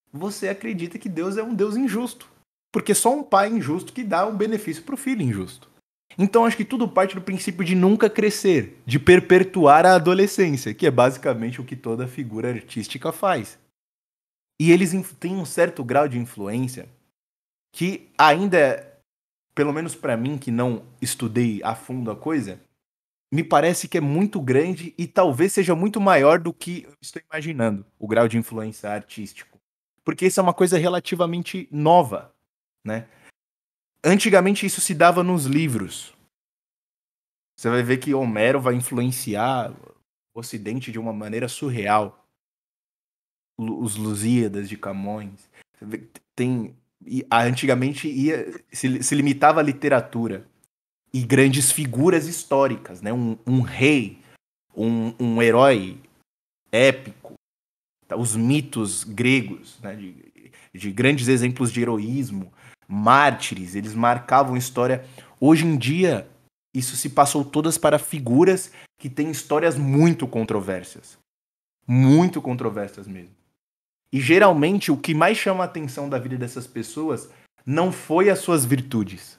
você acredita que Deus é um Deus injusto. Porque só um pai injusto que dá um benefício pro filho injusto. Então acho que tudo parte do princípio de nunca crescer, de perpetuar a adolescência, que é basicamente o que toda figura artística faz. E eles têm um certo grau de influência que ainda, pelo menos pra mim que não estudei a fundo a coisa, me parece que é muito grande e talvez seja muito maior do que eu estou imaginando, o grau de influência artístico. Porque isso é uma coisa relativamente nova, né? Antigamente isso se dava nos livros. Você vai ver que Homero vai influenciar o Ocidente de uma maneira surreal. Os Lusíadas de Camões. Você vê que antigamente se limitava à literatura e grandes figuras históricas, né? Um rei, um herói épico, tá? Os mitos gregos, né? De grandes exemplos de heroísmo, mártires, eles marcavam história. Hoje em dia, isso se passou todas para figuras que têm histórias muito controversas. Muito controversas mesmo. E geralmente o que mais chama a atenção da vida dessas pessoas não foi as suas virtudes,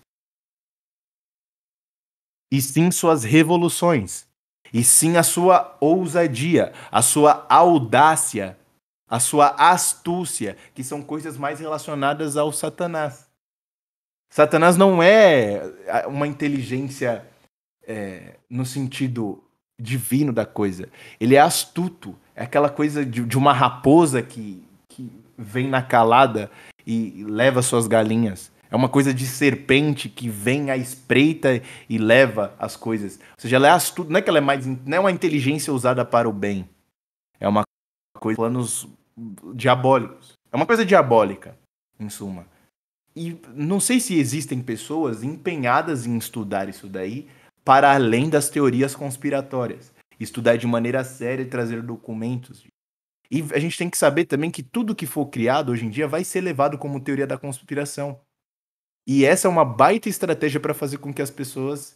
e sim suas revoluções, e sim a sua ousadia, a sua audácia, a sua astúcia, que são coisas mais relacionadas ao Satanás. Satanás não é uma inteligência no sentido divino da coisa. Ele é astuto. É aquela coisa de uma raposa que vem na calada e leva suas galinhas. É uma coisa de serpente que vem à espreita e leva as coisas. Ou seja, ela é astuta. Não é que ela não é uma inteligência usada para o bem. É uma coisa de planos diabólicos. É uma coisa diabólica, em suma. E não sei se existem pessoas empenhadas em estudar isso daí para além das teorias conspiratórias. Estudar de maneira séria e trazer documentos. E a gente tem que saber também que tudo que for criado hoje em dia vai ser levado como teoria da conspiração. E essa é uma baita estratégia para fazer com que as pessoas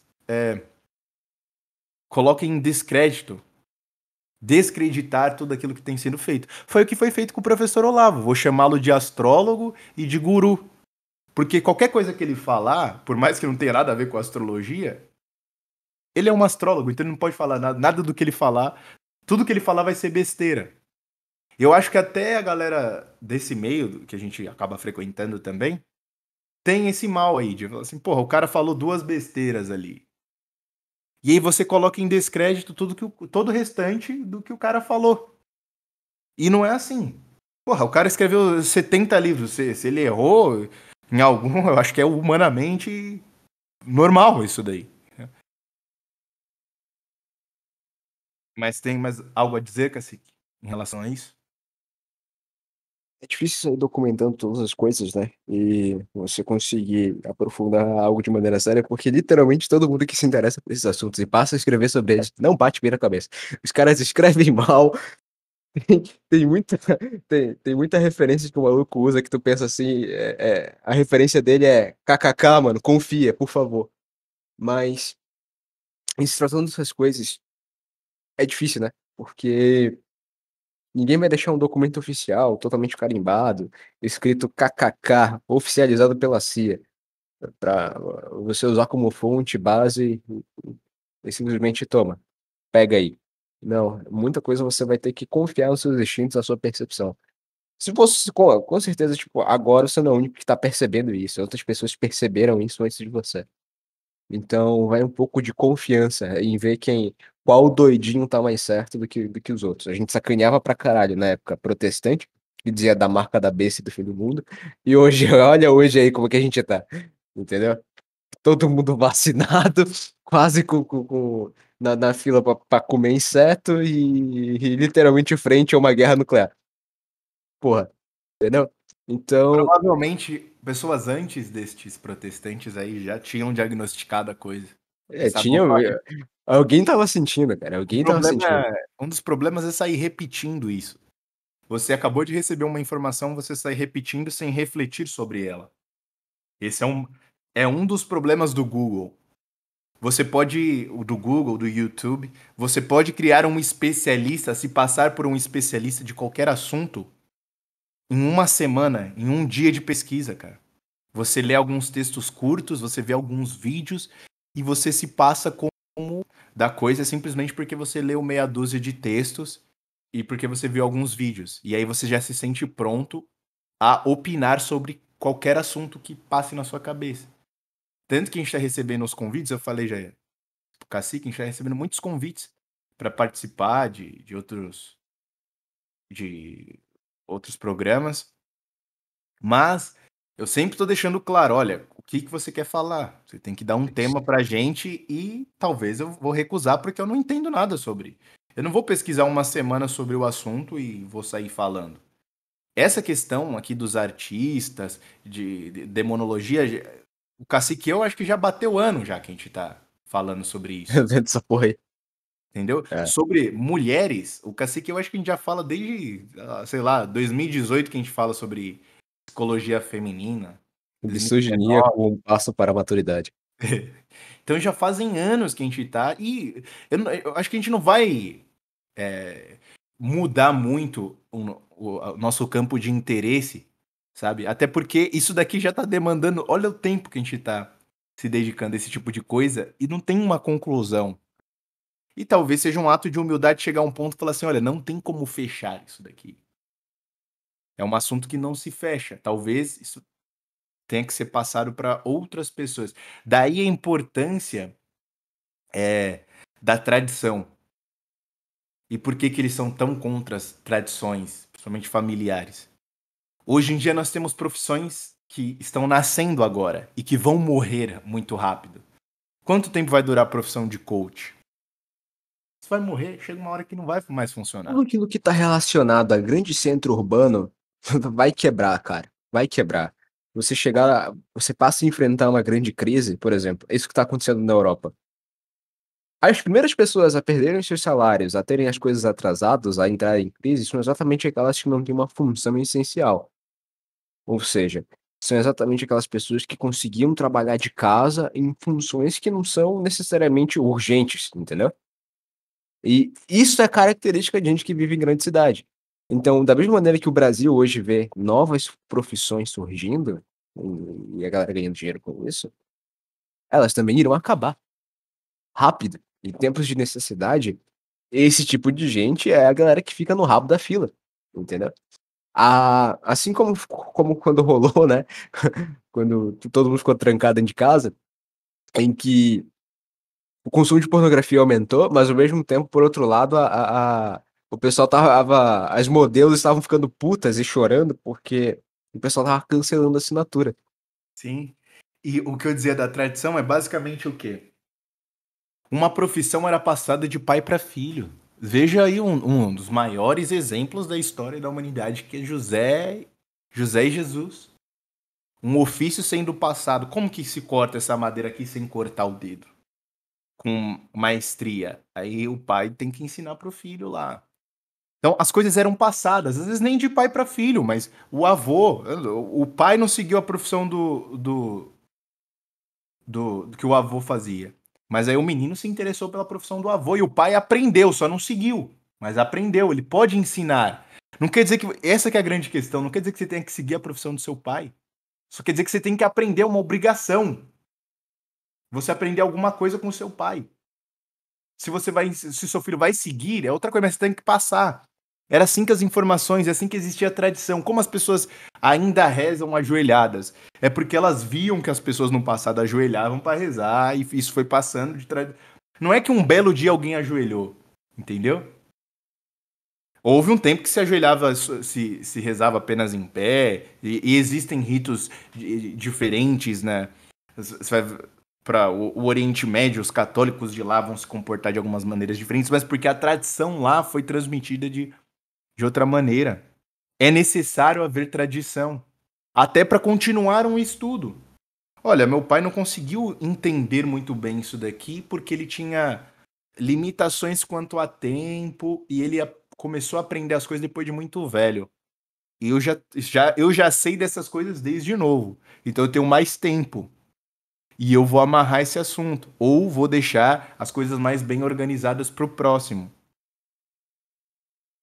coloquem em descrédito, descreditar tudo aquilo que tem sido feito. Foi o que foi feito com o professor Olavo. Vou chamá-lo de astrólogo e de guru. Porque qualquer coisa que ele falar, por mais que não tenha nada a ver com astrologia, ele é um astrólogo, então ele não pode falar nada do que ele falar. Tudo que ele falar vai ser besteira. Eu acho que até a galera desse meio, que a gente acaba frequentando também, tem esse mal aí, de falar assim, porra, o cara falou duas besteiras ali. E aí você coloca em descrédito todo o restante do que o cara falou. E não é assim. Porra, o cara escreveu 70 livros, se ele errou em algum, eu acho que é humanamente normal isso daí. Mas tem mais algo a dizer, Cacique, em relação a isso? É difícil sair documentando todas as coisas, né? E você conseguir aprofundar algo de maneira séria, porque literalmente todo mundo que se interessa por esses assuntos e passa a escrever sobre eles não bate bem na cabeça. Os caras escrevem mal, tem muita, tem muita referência que o maluco usa que tu pensa assim, a referência dele é kkk, mano, confia, por favor. Mas, em se tratando dessas coisas, é difícil, né? Porque ninguém vai deixar um documento oficial, totalmente carimbado, escrito kkk, oficializado pela CIA, para você usar como fonte, base e simplesmente toma, pega aí. Não, muita coisa você vai ter que confiar nos seus instintos, na sua percepção. Se fosse, com certeza, tipo, agora você não é o único que tá percebendo isso, outras pessoas perceberam isso antes de você. Então vai um pouco de confiança em ver qual doidinho tá mais certo do que os outros. A gente sacaneava pra caralho na época protestante, que dizia da marca da besta e do fim do mundo, e hoje, olha hoje aí como que a gente tá, entendeu? Todo mundo vacinado, quase na fila pra comer inseto e literalmente frente a uma guerra nuclear. Porra, entendeu? Então, Provavelmente, pessoas antes destes protestantes aí já tinham diagnosticado a coisa. tinha. Estavam só. Alguém tava sentindo, cara. O Alguém tava problema sentindo. um dos problemas é sair repetindo isso. Você acabou de receber uma informação, você sai repetindo sem refletir sobre ela. Esse é um dos problemas do Google. Do Google, do YouTube, você pode criar um especialista, se passar por um especialista de qualquer assunto em uma semana, em um dia de pesquisa, cara. Você lê alguns textos curtos, você vê alguns vídeos e você se passa como da coisa simplesmente porque você leu meia dúzia de textos e porque você viu alguns vídeos. E aí você já se sente pronto a opinar sobre qualquer assunto que passe na sua cabeça. Tanto que a gente está recebendo os convites, eu falei já pro Cacique, a gente está recebendo muitos convites para participar de outros programas, mas eu sempre tô deixando claro, olha, o que que você quer falar? Você tem que dar um tema pra gente e talvez eu vou recusar porque eu não entendo nada sobre. Eu não vou pesquisar uma semana sobre o assunto e vou sair falando. Essa questão aqui dos artistas, de demonologia, o Cacique eu acho que já bateu ano já que a gente tá falando sobre isso. Vendo essa porra aí. Entendeu? É. Sobre mulheres, o Cacique eu acho que a gente já fala desde, sei lá, 2018 que a gente fala sobre psicologia feminina. Misoginia 2019. como um passo para a maturidade. Então já fazem anos que a gente tá. E eu acho que a gente não vai mudar muito o nosso campo de interesse, sabe? Até porque isso daqui já tá demandando. Olha o tempo que a gente tá se dedicando a esse tipo de coisa e não tem uma conclusão. E talvez seja um ato de humildade chegar a um ponto e falar assim: olha, não tem como fechar isso daqui. É um assunto que não se fecha. Talvez isso tenha que ser passado para outras pessoas. Daí a importância da tradição. E por que que eles são tão contra as tradições, principalmente familiares? Hoje em dia nós temos profissões que estão nascendo agora e que vão morrer muito rápido. Quanto tempo vai durar a profissão de coach? Você vai morrer, chega uma hora que não vai mais funcionar. Tudo aquilo que tá relacionado a grande centro urbano vai quebrar, cara, vai quebrar. Você passa a enfrentar uma grande crise, por exemplo, é isso que tá acontecendo na Europa. As primeiras pessoas a perderem seus salários, a terem as coisas atrasadas, a entrarem em crise, são exatamente aquelas que não têm uma função essencial. Ou seja, são exatamente aquelas pessoas que conseguiam trabalhar de casa em funções que não são necessariamente urgentes, entendeu? E isso é característica de gente que vive em grande cidade. Então, da mesma maneira que o Brasil hoje vê novas profissões surgindo, e a galera ganhando dinheiro com isso, elas também irão acabar rápido. Em tempos de necessidade, esse tipo de gente é a galera que fica no rabo da fila, entendeu? Assim como quando rolou, né, quando todo mundo ficou trancado dentro de casa, em que o consumo de pornografia aumentou, mas ao mesmo tempo, por outro lado, o pessoal estava as modelos estavam ficando putas e chorando, porque o pessoal estava cancelando a assinatura. Sim. E o que eu dizia da tradição é basicamente o quê? Uma profissão era passada de pai para filho. Veja aí um dos maiores exemplos da história da humanidade, que é José e Jesus. Um ofício sendo passado. Como que se corta essa madeira aqui sem cortar o dedo? Com maestria. Aí o pai tem que ensinar pro filho lá. Então as coisas eram passadas, às vezes nem de pai para filho, mas o pai não seguiu a profissão do que o avô fazia. Mas aí o menino se interessou pela profissão do avô e o pai aprendeu, só não seguiu, mas aprendeu, ele pode ensinar. Não quer dizer que essa que é a grande questão, não quer dizer que você tenha que seguir a profissão do seu pai. Só quer dizer que você tem que aprender uma obrigação. Você aprender alguma coisa com o seu pai. Se seu filho vai seguir, é outra coisa, mas você tem que passar. Era assim que as informações, é assim que existia a tradição. Como as pessoas ainda rezam ajoelhadas? É porque elas viam que as pessoas no passado ajoelhavam para rezar e isso foi passando de tradição. Não é que um belo dia alguém ajoelhou, entendeu? Houve um tempo que se ajoelhava, se rezava apenas em pé, e existem ritos diferentes, né? Você vai para o Oriente Médio, os católicos de lá vão se comportar de algumas maneiras diferentes, mas porque a tradição lá foi transmitida de outra maneira. É necessário haver tradição, até para continuar um estudo. Olha, meu pai não conseguiu entender muito bem isso daqui porque ele tinha limitações quanto a tempo e ele começou a aprender as coisas depois de muito velho. E eu já sei dessas coisas desde novo. Então eu tenho mais tempo. E eu vou amarrar esse assunto. Ou vou deixar as coisas mais bem organizadas para o próximo.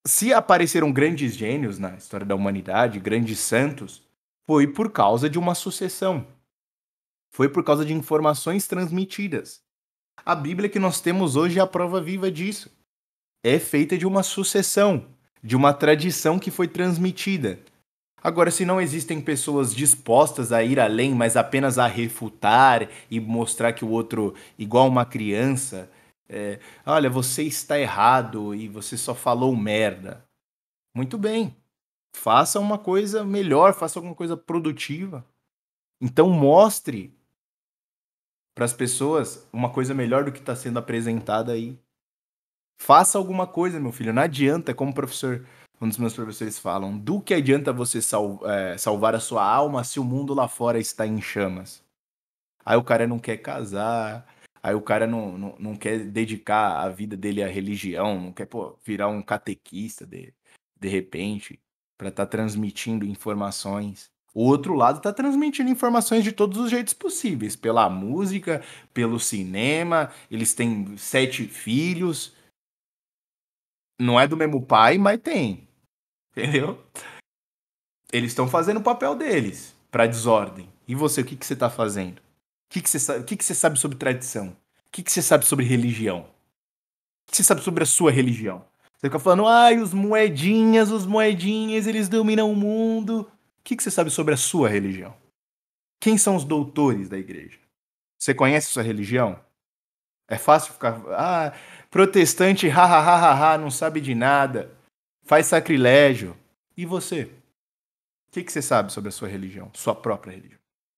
Se apareceram grandes gênios na história da humanidade, grandes santos, foi por causa de uma sucessão. Foi por causa de informações transmitidas. A Bíblia que nós temos hoje é a prova viva disso. É feita de uma sucessão, de uma tradição que foi transmitida. Agora, se não existem pessoas dispostas a ir além, mas apenas a refutar e mostrar que o outro, igual uma criança, olha, você está errado e você só falou merda. Muito bem. Faça uma coisa melhor, faça alguma coisa produtiva. Então mostre para as pessoas uma coisa melhor do que está sendo apresentada aí. Faça alguma coisa, meu filho. Não adianta, como um dos meus professores falam, do que adianta você salvar a sua alma se o mundo lá fora está em chamas? Aí o cara não quer casar, aí o cara não quer dedicar a vida dele à religião, não quer virar um catequista de repente, para estar transmitindo informações. O outro lado está transmitindo informações de todos os jeitos possíveis, pela música, pelo cinema, eles têm 7 filhos. Não é do mesmo pai, mas tem. Entendeu? Eles estão fazendo o papel deles para desordem. E você, o que você está fazendo? O que você sabe sobre tradição? O que você sabe sobre religião? O que você sabe sobre a sua religião? Você fica falando, ai, os moedinhas, eles dominam o mundo. O que você sabe sobre a sua religião? Quem são os doutores da igreja? Você conhece a sua religião? É fácil ficar, protestante, não sabe de nada, faz sacrilégio. E você? O que você sabe sobre a sua religião? Sua própria religião?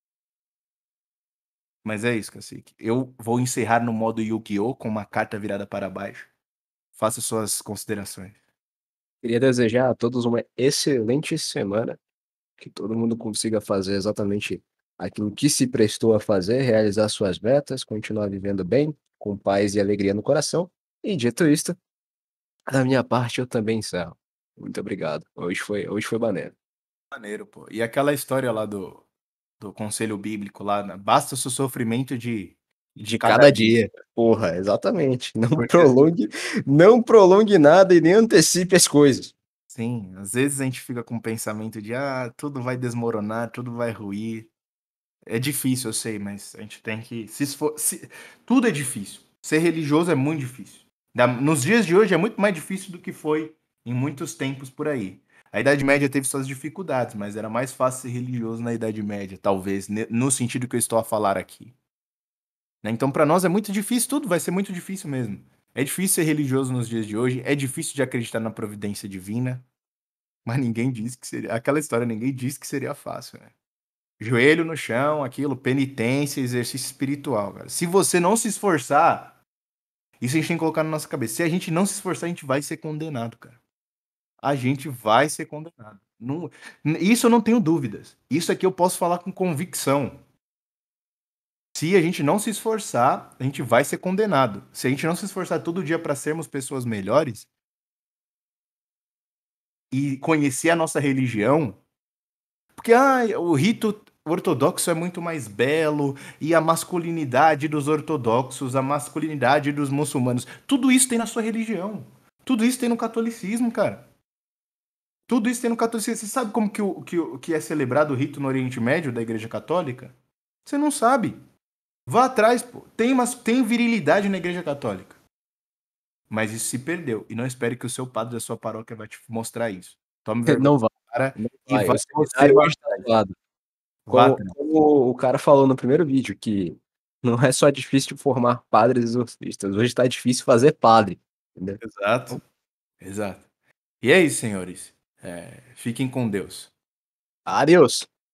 Mas é isso, Cacique. Eu vou encerrar no modo Yu-Gi-Oh! Com uma carta virada para baixo. Faça suas considerações. Queria desejar a todos uma excelente semana, que todo mundo consiga fazer exatamente aquilo que se prestou a fazer, realizar suas metas, continuar vivendo bem, com paz e alegria no coração. E dito isto, da minha parte eu também encerro. Muito obrigado. Hoje foi maneiro. Maneiro, pô. E aquela história lá do conselho bíblico lá, né? Basta o seu sofrimento de De cada cada dia. dia. Porra, exatamente. Porque assim, Não prolongue nada e nem antecipe as coisas. sim, às vezes a gente fica com o pensamento de tudo vai desmoronar, tudo vai ruir. É difícil, eu sei, mas a gente tem que tudo é difícil. Ser religioso é muito difícil. Nos dias de hoje é muito mais difícil do que foi em muitos tempos por aí. A Idade Média teve suas dificuldades, mas era mais fácil ser religioso na Idade Média, talvez, no sentido que eu estou a falar aqui. Né? Então, para nós é muito difícil, tudo vai ser muito difícil mesmo. É difícil ser religioso nos dias de hoje, é difícil de acreditar na providência divina, mas ninguém disse que seria. Aquela história, ninguém disse que seria fácil, né? Joelho no chão, aquilo, penitência, exercício espiritual, cara. Se você não se esforçar, isso a gente tem que colocar na nossa cabeça. Se a gente não se esforçar, a gente vai ser condenado, cara. A gente vai ser condenado. Isso eu não tenho dúvidas. Isso aqui eu posso falar com convicção. Se a gente não se esforçar, a gente vai ser condenado. Se a gente não se esforçar todo dia para sermos pessoas melhores e conhecer a nossa religião, porque o rito ortodoxo é muito mais belo e a masculinidade dos ortodoxos, a masculinidade dos muçulmanos, tudo isso tem na sua religião. Tudo isso tem no catolicismo, cara. Tudo isso tem no catolicismo. Você sabe como que é celebrado o rito no Oriente Médio da Igreja Católica? Você não sabe. Vá atrás, pô. Tem virilidade na Igreja Católica. Mas isso se perdeu. E não espere que o seu padre da sua paróquia vai te mostrar isso. Tome vergonha, Não vai, cara, não e vai. vai O você seminário vá hoje tá atrás. zoado. Vá Como atrás. como o cara falou no primeiro vídeo, que não é só difícil formar padres exorcistas, hoje tá difícil fazer padre, entendeu? Exato. Exato. E é isso, senhores. Fiquem com Deus. Adeus.